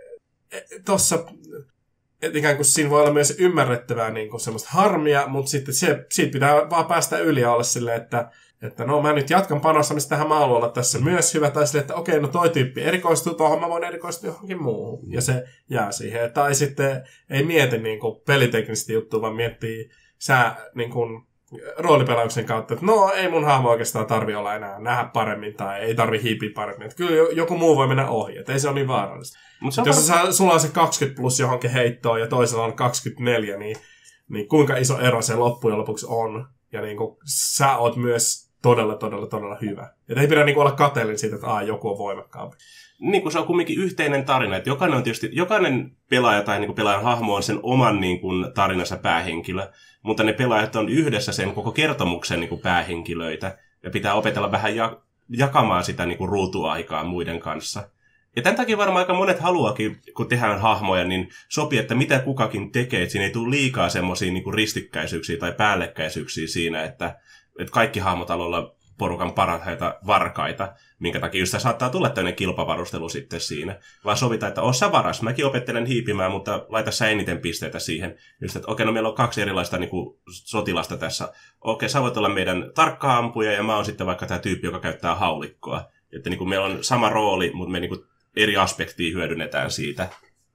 tossa... Että ikään kuin siinä voi olla myös ymmärrettävää niin kuin semmoista harmia, mutta sitten siitä pitää vaan päästä yli ja olla silleen, että no mä nyt jatkan panostamista tähän, mä haluan olla tässä myös hyvä, tai silleen, että okei, no toi tyyppi erikoistuu tuohon, mä voin erikoistua johonkin muuhun, ja se jää siihen. Tai sitten ei mieti niin kuin peliteknistä juttua, vaan miettii niin kuin roolipelauksen kautta, että no ei mun hahmo oikeastaan tarvi olla enää nähdä paremmin, tai ei tarvi hiipiä paremmin. Että kyllä joku muu voi mennä ohi, että ei se ole niin vaarallista. Jos sulla on se 20 plus johonkin heittoon ja toisella on 24, niin kuinka iso ero se loppujen lopuksi on. Ja niin kuin, sä oot myös todella hyvä. Että ei pidä niin kuin olla kateellinen siitä, että joku on voimakkaampi. Niin kuin se on kumminkin yhteinen tarina. Että jokainen pelaaja tai niin kuin pelaajan hahmo on sen oman niin kuin tarinansa päähenkilö. Mutta ne pelaajat on yhdessä sen koko kertomuksen niin kuin päähenkilöitä. Ja pitää opetella vähän jakamaan sitä niin kuin ruutuaikaa muiden kanssa. Ja tämän takia varmaan aika monet haluakin, kun tehdään hahmoja, niin sopii, että mitä kukakin tekee. Että siinä ei tule liikaa semmoisia niin kuin ristikkäisyyksiä tai päällekkäisyyksiä siinä, että kaikki hahmot olla porukan parhaita varkaita, minkä takia just saattaa tulla tämmöinen kilpavarustelu sitten siinä. Vaan sovitaan, että oo sä varas, mäkin opettelen hiipimään, mutta laita sä eniten pisteitä siihen. Just, että okei, no meillä on 2 erilaista niin kuin sotilasta tässä. Okei, sä voit olla meidän tarkka-ampuja ja mä oon sitten vaikka tämä tyyppi, joka käyttää haulikkoa. Että niin kuin meillä on sama rooli, mutta me niin kuin eri aspektia hyödynnetään siitä.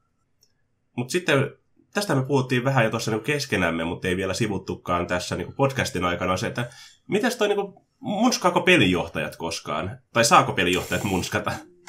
Mutta sitten, tästä me puhuttiin vähän jo tuossa niin keskenämme, mutta ei vielä sivuttukaan tässä niin podcastin aikana se, että mitäs toi, niin munskaako pelijohtajat koskaan? Tai saako pelijohtajat munskata?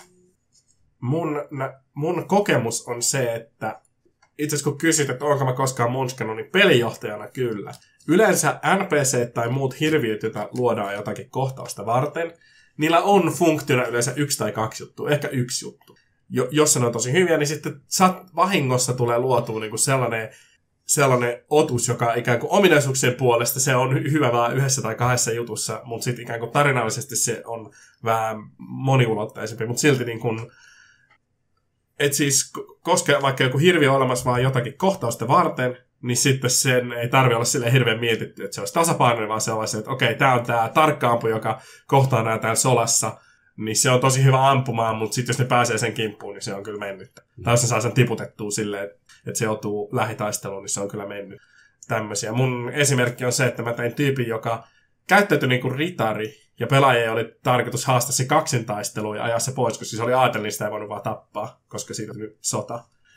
Mun kokemus on se, että itse asiassa kun kysyt, että onko mä koskaan munskannut, niin pelijohtajana kyllä. Yleensä NPC tai muut hirviöt, joita luodaan jotakin kohtausta varten, niillä on funktiona yleensä 1 tai 2 juttua, ehkä 1 juttu. Jos ne on tosi hyviä, niin sitten vahingossa tulee luotua niin kuin sellainen otus, joka ikään kuin ominaisuuksien puolesta se on hyvä vaan 1 tai 2 jutussa, mutta sitten ikään kuin tarinallisesti se on vähän moniulotteisempi, mutta silti niin kuin, että siis koska vaikka joku hirviö on olemassa vaan jotakin kohtausta varten, niin sitten sen ei tarvitse olla silleen hirveän mietitty, että se olisi tasapainoinen, vaan sellainen, että okei, tämä on tämä tarkka-ampu, joka kohtaa nämä täällä solassa, niin se on tosi hyvä ampumaan, mutta sitten jos ne pääsee sen kimppuun, niin se on kyllä mennyt. Tai jos se saa sen tiputettua silleen, että se joutuu lähitaisteluun, niin se on kyllä mennyt. Tämmöisiä. Mun esimerkki on se, että mä tein tyypin, joka käyttäytyi niin kuin ritari, ja pelaajien oli tarkoitus haastaa se kaksintaistelu ja ajaa se pois, koska se oli ajatellut, niin sitä ei voinut vaan tappaa, koska siitä on nyt sota.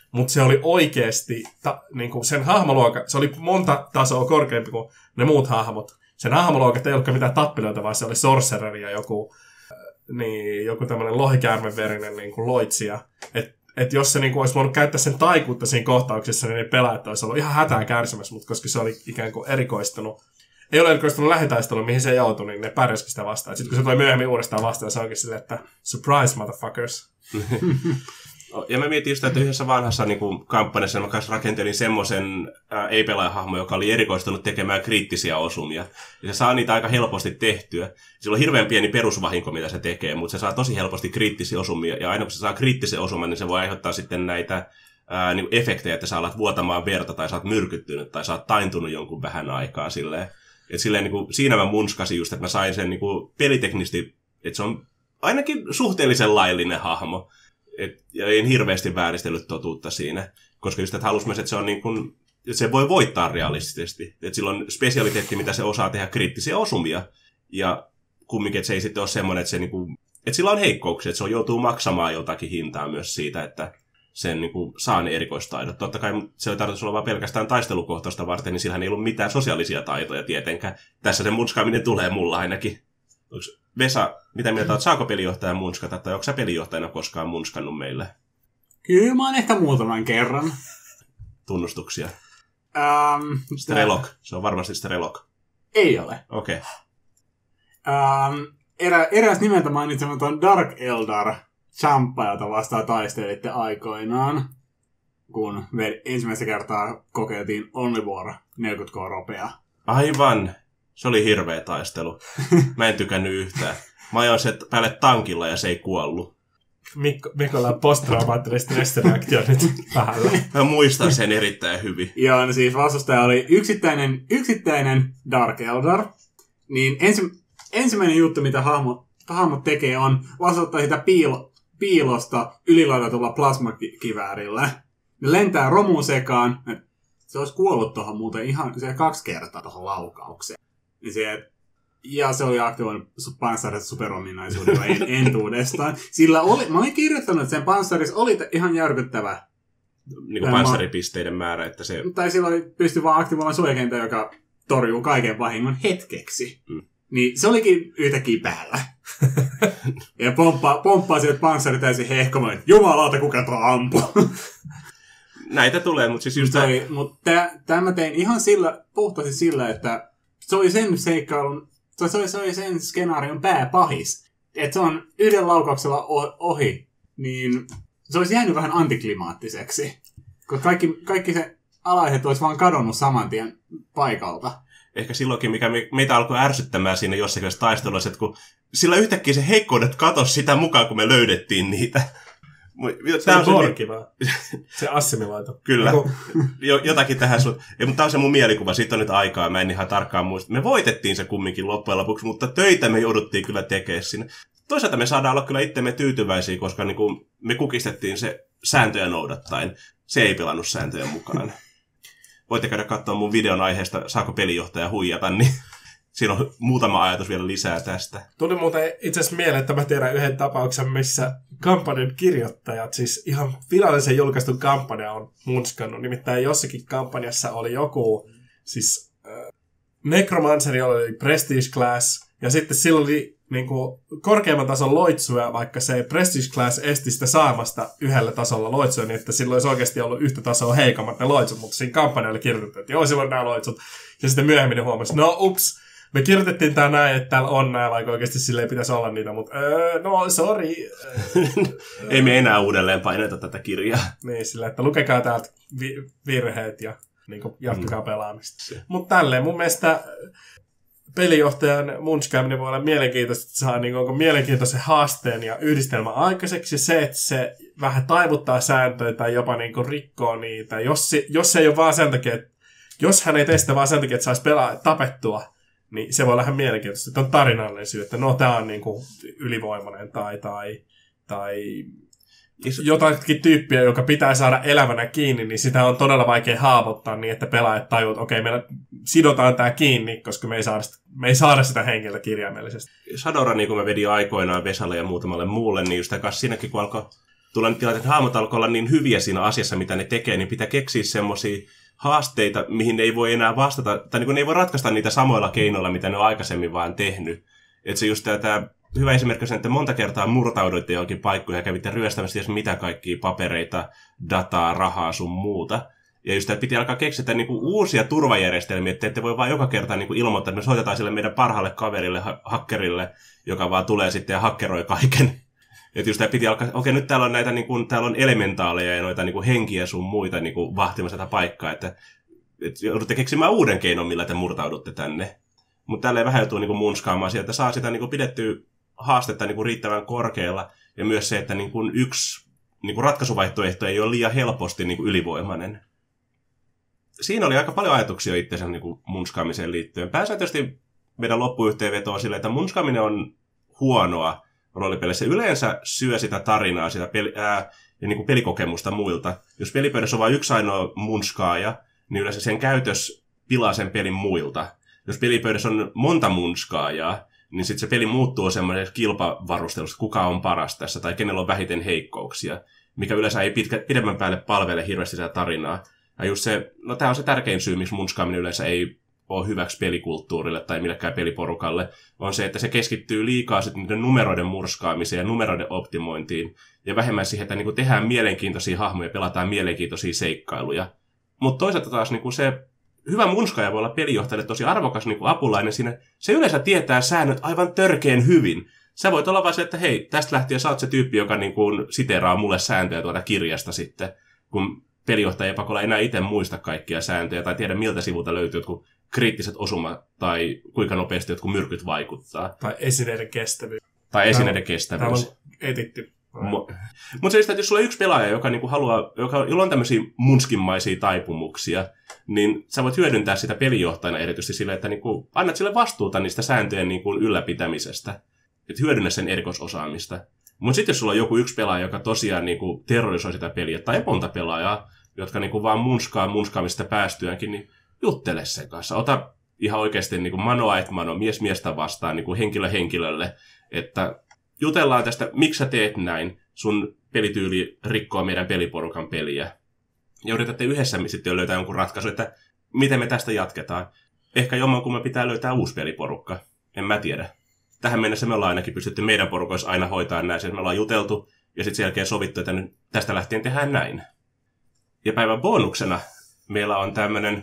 mutta se oli oikeasti, niinku sen hahmoluokka, se oli monta tasoa korkeampi kuin ne muut hahmot. Sen hahmoluokat ei ollutkaan mitään tappelijoita, vaan se oli sorcerer ja joku tämmöinen lohikäärmeverinen niinku loitsija. Et jos se niinku olisi voinut käyttää sen taikuutta siinä kohtauksessa, niin ne pelaajat olisi ollut ihan hätää kärsimässä, mutta koska se oli ikään kuin ei ole erikoistunut lähitaisteluun, mihin se joutui, niin ne pärjäsivät sitä vastaan. Sitten kun se tuli myöhemmin uudestaan vastaan, se onkin silleen, että surprise, motherfuckers. Ja mä mietin just, että yhdessä vanhassa niin kampanjassa mä kanssa rakentelin semmoisen ei-pelaajahahmo, joka oli erikoistunut tekemään kriittisiä osumia. Ja se saa niitä aika helposti tehtyä. Sillä on hirveän pieni perusvahinko, mitä se tekee, mutta se saa tosi helposti kriittisiä osumia. Ja aina kun se saa kriittisen osuman, niin se voi aiheuttaa sitten näitä niin efektejä, että sä alat vuotamaan verta, tai sä oot myrkyttynyt, tai sä oot taintunut jonkun vähän aikaa silleen. Et silleen niin kuin, siinä mä munskasin just, että mä sain sen niin kuin peliteknisesti, että se on ainakin suhteellisen laillinen hahmo. Ja en hirveästi vääristellyt totuutta siinä, koska just, että halus myös, että se on niin kuin, että se voi voittaa realistisesti. Että sillä on spesialiteetti, mitä se osaa tehdä kriittisiä osumia. Ja kumminkin, että se ei sitten ole semmoinen, että, se niin kuin, että sillä on heikkouksia, että se joutuu maksamaan jotakin hintaa myös siitä, että sen niin kuin, saa ne erikoistaidot. Totta kai se ei tarvitse olla vain pelkästään taistelukohtausta varten, niin sillähän ei ollut mitään sosiaalisia taitoja tietenkään. Tässä se munskaaminen tulee mulla ainakin. Vesa, mitä mieltä olet, saako pelijohtaja munskata, tai onko sä pelijohtajana koskaan munskannut meille? Kyllä mä oon ehkä muutaman kerran. Tunnustuksia. Strelok, se on varmasti Strelok. Ei ole. Okei. Eräs nimeltä mainitsematon Dark Eldar Champa, jota vastaan taistelitte aikoinaan, kun ensimmäistä kertaa kokeiltiin Only War 40K ropea. Aivan. Se oli hirveä taistelu. Mä en tykännyt yhtään. Mä ajoin se päälle tankilla ja se ei kuollut. Mikolla on posttraumaattinen stressireaktio nyt vähällä. Mä muistan sen erittäin hyvin. Joo, no siis vastustaja oli yksittäinen Dark Eldar. Niin ensimmäinen juttu, mitä hahmot tekee, on vastuttaa sitä piilosta ylilaidetulla plasmakiväärillä. Ne lentää romuun sekaan. Se olisi kuollut tuohon muuten ihan 2 kertaa tuohon laukaukseen. Ja se oli aktivoinut panssaris superominaisuudella entuudestaan. Sillä mä olin kirjoittanut, että sen panssarissa oli ihan järkyttävä. Niin kuin panssaripisteiden määrä, että se... Tai sillä pystyi vaan aktivoimaan suojakenttä, joka torjuu kaiken vahingon hetkeksi. Niin se olikin yhtäkkiä päällä. Ja pomppaa sieltä panssari täysin hehkomaan, että jumalauta, kuka tuo ampuu. Näitä tulee, mutta siis just... Tämä mä tein ihan puhtaasti sillä, että se oli sen seikkailun, se oli sen skenaarion pääpahis. Että se on yhden laukauksella ohi, niin se olisi jäänyt vähän antiklimaattiseksi. Koska kaikki se alaiset olisi vaan kadonnut saman tien paikalta. Ehkä silloinkin, mikä meitä alkoi ärsyttämään siinä jossakin taistelussa, että kun sillä yhtäkkiä se heikkoudet katosi sitä mukaan, kun me löydettiin niitä. Se on Borgi vaan. Se assimiloitu. Kyllä. Jotakin tähän mutta tämä on se mun mielikuva. Siitä on nyt aikaa. Mä en ihan tarkkaan muista. Me voitettiin se kumminkin loppujen lopuksi, mutta töitä me jouduttiin kyllä tekemään sinne. Toisaalta me saadaan olla kyllä itsemme tyytyväisiä, koska niin kuin me kukistettiin se sääntöjä noudattaen. Se ei pelannut sääntöjen mukaan. Voitte käydä katsoa mun videon aiheesta, saako pelijohtaja huijata, niin siinä on muutama ajatus vielä lisää tästä. Tuli muuten itse asiassa mieleen, että mä tiedän yhden tapauksen, missä kampanjan kirjoittajat, siis ihan virallisen julkaistun kampanja on munskannut. Nimittäin jossakin kampanjassa oli joku, siis Necromanceri oli Prestige Class, ja sitten sillä oli niin kuin korkeamman tason loitsuja, vaikka se Prestige Class esti sitä saamasta yhdellä tasolla loitsuja, niin että sillä olisi oikeasti ollut yhtä tasoa heikommat ne loitsut, mutta siinä kampanjalla kirjoitettiin, että joo, sillä on nämä loitsut. Ja sitten myöhemmin ne huomasi, no ups, me kirjoitettiin tää näin, että täällä on nää, vaikka oikeasti sille ei pitäisi olla niitä, mutta no sorry. Ei me enää uudelleen paineta tätä kirjaa. Niin, sillä että lukekaa täältä virheet ja niin jatkakaa pelaamista. Mutta tälleen mun mielestä pelijohtajan munskaaminen voi olla mielenkiintoista, että saa niin mielenkiintoisen haasteen ja yhdistelmän aikaiseksi. Se, että se vähän taivuttaa sääntöjä tai jopa niin rikkoo niitä. Jos se ei ole vaan sen takia, että jos hän ei tee sitä vaan sen takia, että saisi tapettua, niin se voi olla ihan mielenkiintoista. Että on tarinallinen syy, että no tää on niin kuin ylivoimainen tai jotakin tyyppiä, joka pitää saada elävänä kiinni, niin sitä on todella vaikea haavoittaa niin, että pelaajat tajuvat, että okei, meillä sidotaan tää kiinni, koska me ei saada sitä henkilöä kirjaimellisesti. Shadowrun, niin kuin mä vedin aikoinaan Vesalle ja muutamalle muulle, niin just siinäkin kun alkoi tulee nyt tilanne, että hahmot alkoi olla niin hyviä siinä asiassa, mitä ne tekee, niin pitää keksiä semmoisia haasteita, mihin ne ei voi enää vastata, tai niin ne ei voi ratkaista niitä samoilla keinoilla, mitä ne on aikaisemmin vaan tehnyt. Että se just tämä hyvä esimerkki on, että monta kertaa murtauduitte johonkin paikkoihin ja kävitte ryöstämässä mitä kaikkia papereita, dataa, rahaa sun muuta. Ja just että piti alkaa keksiä niinku uusia turvajärjestelmiä, että ette voi vaan joka kerta niinku ilmoittaa, että me soitetaan sille meidän parhaalle kaverille, hakkerille, joka vaan tulee sitten ja hakkeroi kaiken. Että just piti alkaa, okei, nyt täällä on näitä niinku, täällä on elementaaleja ja noita niinku henkiä sun muita niinku vahtimassa tätä paikkaa, että joudutte keksimään uuden keinon, millä te murtaudutte tänne. Mutta tälleen vähän joutuu niinku munskaamaan sieltä, että saa sitä niinku pidettyä haastetta niinku riittävän korkealla. Ja myös se, että niinku yksi niinku ratkaisuvaihtoehto ei ole liian helposti niinku ylivoimainen. Siinä oli aika paljon ajatuksia itsensä niinku munskaamiseen liittyen. Pääsääntöisesti meidän loppuyhteenveto on silleen, että munskaaminen on huonoa roolipelissä. Se yleensä syö sitä tarinaa, sitä ja niinku pelikokemusta muilta. Jos pelipöydässä on vain yksi ainoa munskaaja, niin yleensä sen käytös pilaa sen pelin muilta. Jos pelipöydässä on monta munskaajaa, niin sitten se peli muuttuu semmoisessa kilpavarustelussa, kuka on paras tässä tai kenellä on vähiten heikkouksia, mikä yleensä ei pidemmän päälle palvele hirveästi sitä tarinaa. Ja just se, no tämä on se tärkein syy, miksi munskaaminen yleensä ei ole hyväksi pelikulttuurille tai millekään peliporukalle, on se, että se keskittyy liikaa sitten niiden numeroiden murskaamiseen ja numeroiden optimointiin, ja vähemmän siihen, että niinku tehdään mielenkiintoisia hahmoja ja pelataan mielenkiintoisia seikkailuja. Mutta toisaalta taas niinku se hyvä munskaaja voi olla pelijohtajalle tosi arvokas niinku apulainen siinä. Se yleensä tietää säännöt aivan törkeen hyvin. Sä voit olla vaan se, että hei, tästä lähtien sä oot se tyyppi, joka niinku siteraa mulle sääntöjä tuolta kirjasta sitten, kun pelijohtaja ei pakolla enää itse muista kaikkia sääntöjä tai tiedä miltä sivulta löytyy jotkut kriittiset osumat tai kuinka nopeasti jotkut myrkyt vaikuttaa. Tai esineiden kestävyys. Tämä on etitty. Mutta se, että jos sulla on yksi pelaaja, joka niinku jolla on tämmöisiä munskinmaisia taipumuksia, niin sä voit hyödyntää sitä pelijohtajana erityisesti sille, että niinku annat sille vastuuta niistä sääntöjen niinku ylläpitämisestä. Että hyödynnä sen erikoisosaamista. Mutta sitten jos sulla on joku yksi pelaaja, joka tosiaan niinku terrorisoi sitä peliä, tai monta pelaajaa, jotka niinku vaan munskaamista päästyäänkin, niin juttele sen kanssa. Ota ihan oikeasti niinku manoa et mano, mies miestä vastaan niinku henkilö henkilölle, että jutellaan tästä, miksi sä teet näin, sun pelityyli rikkoo meidän peliporukan peliä. Ja yritätte yhdessä sitten löytää jonkun ratkaisu, että miten me tästä jatketaan. Ehkä jommankumman pitää löytää uusi peliporukka. En mä tiedä. Tähän mennessä me ollaan ainakin pystytty meidän porukoissa aina hoitaa näin. Me ollaan juteltu ja sitten sen jälkeen sovittu, että nyt tästä lähtien tehdään näin. Ja päivän bonuksena meillä on tämmöinen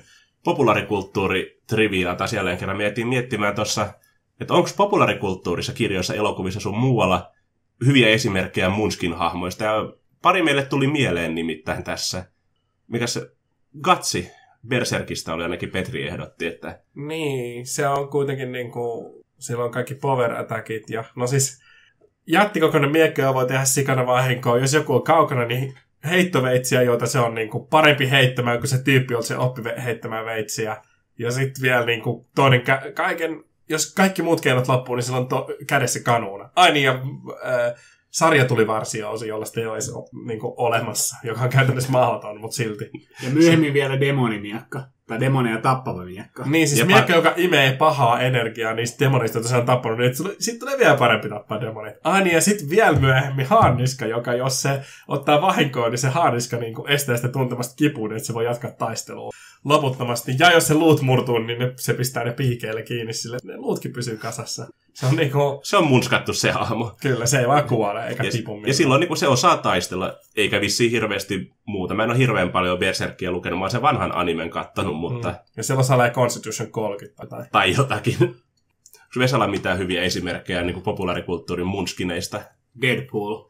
populaarikulttuuri-trivia taas jälleen kerran. Me jätiin miettimään tuossa, että onko populaarikulttuurissa, kirjoissa, elokuvissa sun muualla hyviä esimerkkejä Munskin-hahmoista. Ja pari meille tuli mieleen nimittäin tässä. Mikä se Gatsi Berserkistä oli ainakin Petri ehdotti, että... Niin, se on kuitenkin niinku... Siellä on kaikki power attackit ja... No siis jättikokoinen miekkoja voi tehdä sikana vahinkoa. Jos joku on kaukana, niin heittoveitsiä, joita se on niinku parempi heittämään, kun se tyyppi on se oppi heittämään veitsiä. Ja sitten vielä niinku toinen kaiken... Jos kaikki muut keinot loppuu, niin sillä on kädessä kanuuna. Ai niin, ja sarjatulivarsio-osi, jolla sitä ei olisi niinku olemassa, joka on käytännössä mahdoton, mutta silti. Ja myöhemmin vielä demonimiekka. Tai demoneja tappava miekka. Niin, siis miekka, joka imee pahaa energiaa niistä demonista, joita se on tappanut, niin sitten tulee vielä parempi tappaa demoneita. Niin, ja sitten vielä myöhemmin haarniska, joka jos se ottaa vahinkoa, niin se haarniska niinku estää sitä tuntemasta kipuun, että se voi jatkaa taistelua loputtomasti. Ja jos se luut murtuu, niin se pistää ne piikeille kiinni sille, ne luutkin pysyy kasassa. Se on niinku... Se on munskattu se hahmo. Kyllä, se ei vaan kuole, eikä tipu millään. Ja silloin niinku se osaa taistella, eikä vissiin hirveästi muuta. Mä en ole hirveän paljon Berserkia lukenut, mä oon sen vanhan animen kattanut, mutta... Ja siellä osaa Constitution 30 tai jotakin. Onko Vesalla mitään hyviä esimerkkejä niin kuin populaarikulttuurin munskineista? Deadpool.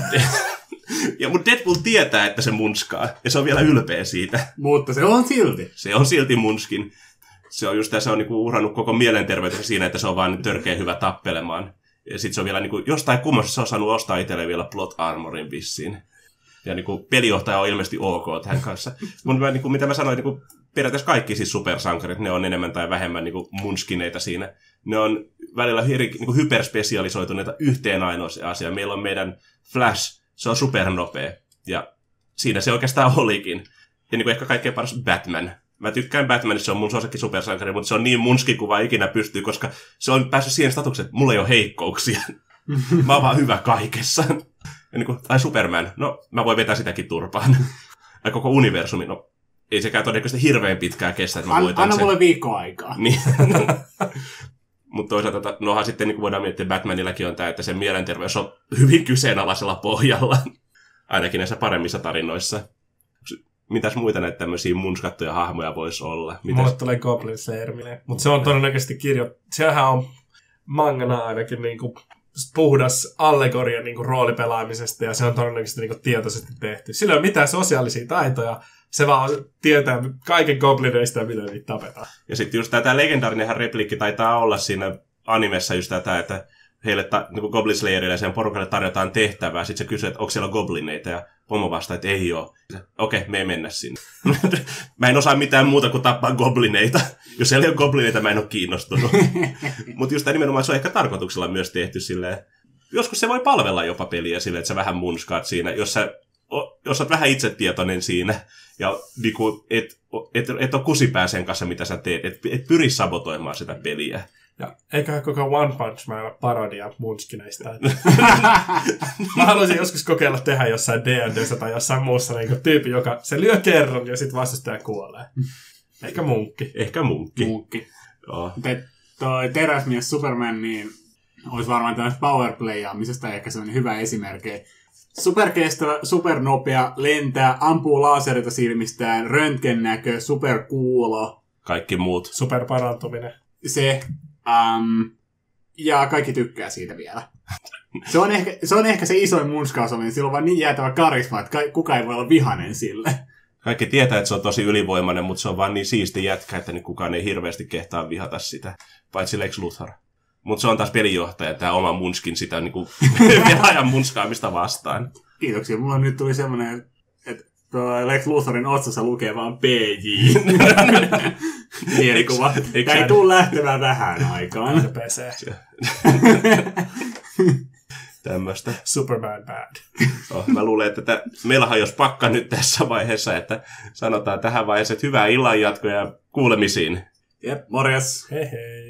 Mutta Deadpool tietää, että se munskaa, ja se on vielä ylpeä siitä. Mutta se on silti. Se on silti munskin. Se on just se on niinku uhrannut koko mielenterveytensä siinä, että se on vaan törkeä hyvä tappelemaan. Ja sitten se on vielä niinku, jostain kummasta se on saanut ostaa itselleen vielä plot armorin vissiin. Ja niinku, pelijohtaja on ilmeisesti ok tähän kanssa. Mutta niinku, mitä mä sanoin, niinku, periaatteessa kaikki siis supersankarit, ne on enemmän tai vähemmän niinku, munskineita siinä. Ne on välillä niinku, hyperspesialisoituneita yhteen ainoaseen asiaan. Meillä on meidän Flash, se on supernopea. Ja siinä se oikeastaan olikin. Ja niinku, ehkä kaikkein paras Batman. Mä tykkään Batmanissa, se on mun suosikki supersankari, mutta se on niin munski kuin vaan ikinä pystyy, koska se on päässyt siihen statukseen, että mulla ei ole heikkouksia. Mä oon vaan hyvä kaikessa. Ja niin kuin, tai Superman, no mä voin vetää sitäkin turpaan. Tai koko universumi, no ei sekään todennäköisesti hirveän pitkään kestä, että mä voitan Anna sen. mulle viikko aikaa. Niin. Mutta toisaalta, nohan sitten niin voidaan miettiä, että Batmanillakin on tämä, että sen mielenterveys on hyvin kyseenalaisella pohjalla. Ainakin näissä paremmissa tarinoissa. Mitäs muita näitä tämmöisiä munskattuja hahmoja voisi olla? Mulle tulee Goblin Slayer mieleen. Mutta se on todennäköisesti sehän on mangana ainakin niinku puhdas allegoria niinku roolipelaamisesta, ja se on todennäköisesti niinku tietoisesti tehty. Sillä ei ole mitään sosiaalisia taitoja, se vaan tietää kaiken goblineista ja miten niitä tapetaan. Ja sitten just tämä legendaarinen repliikki taitaa olla siinä animessa just tätä, että heille niin Goblin Slayerille ja sen porukalle tarjotaan tehtävää. Sitten se kysyy, että onko siellä goblineita, ja pomo vastaa, että ei ole. Okei, me ei mennä sinne. Mä en osaa mitään muuta kuin tappaa goblineita. Jos siellä ei ole goblineita, mä en ole kiinnostunut. Mutta just tämä nimenomaan se on ehkä tarkoituksella myös tehty silleen. Joskus se voi palvella jopa peliä silleen, että sä vähän munskaat siinä, jos olet vähän itsetietoinen siinä, ja niinku, et ole kusipää sen kanssa, mitä sä teet, et pyri sabotoimaan sitä peliä. Ja eiköhän koko One Punch Man ole parodia munskineista. Mä haluaisin joskus kokeilla tehdä jossain D&D:ssä tai jossain muussa niin tyyppi, joka se lyö kerran ja sitten vastustaja kuolee. Ehkä munkki. Munkki. Joo. Toi teräsmies Superman, niin olisi varmaan tämmöistä powerplayaamisesta ehkä sellainen hyvä esimerkki. Superkestävä, supernopea, lentää, ampuu laserita silmistään, röntgennäkö, superkuulo. Kaikki muut. Superparantuminen. Se. Ja kaikki tykkää siitä vielä. Se on ehkä se isoin munskaus, niin sillä on vaan niin jäätävä karisma, että kukaan ei voi olla vihainen sille. Kaikki tietää, että se on tosi ylivoimainen, mutta se on vaan niin siisti jätkä, että niin kukaan ei hirveästi kehtaa vihata sitä, paitsi Lex Luthor. Mutta se on taas pelijohtaja, tämä oma munskin sitä niin pelaajan munskaamista vastaan. Kiitoksia. Mulla nyt tuli semmoinen, että Lex Luthorin otsassa lukee vaan PJ. Mielikuva. Tämä ei tule lähtevään vähän aikaan. Se pesee. Tämmöistä. Superman bad. Mä luulen, että meillä hajosi pakka nyt tässä vaiheessa, että sanotaan tähän vaiheessa, että hyvää illanjatkoa ja kuulemisiin. Jep, morjes. Hei hei.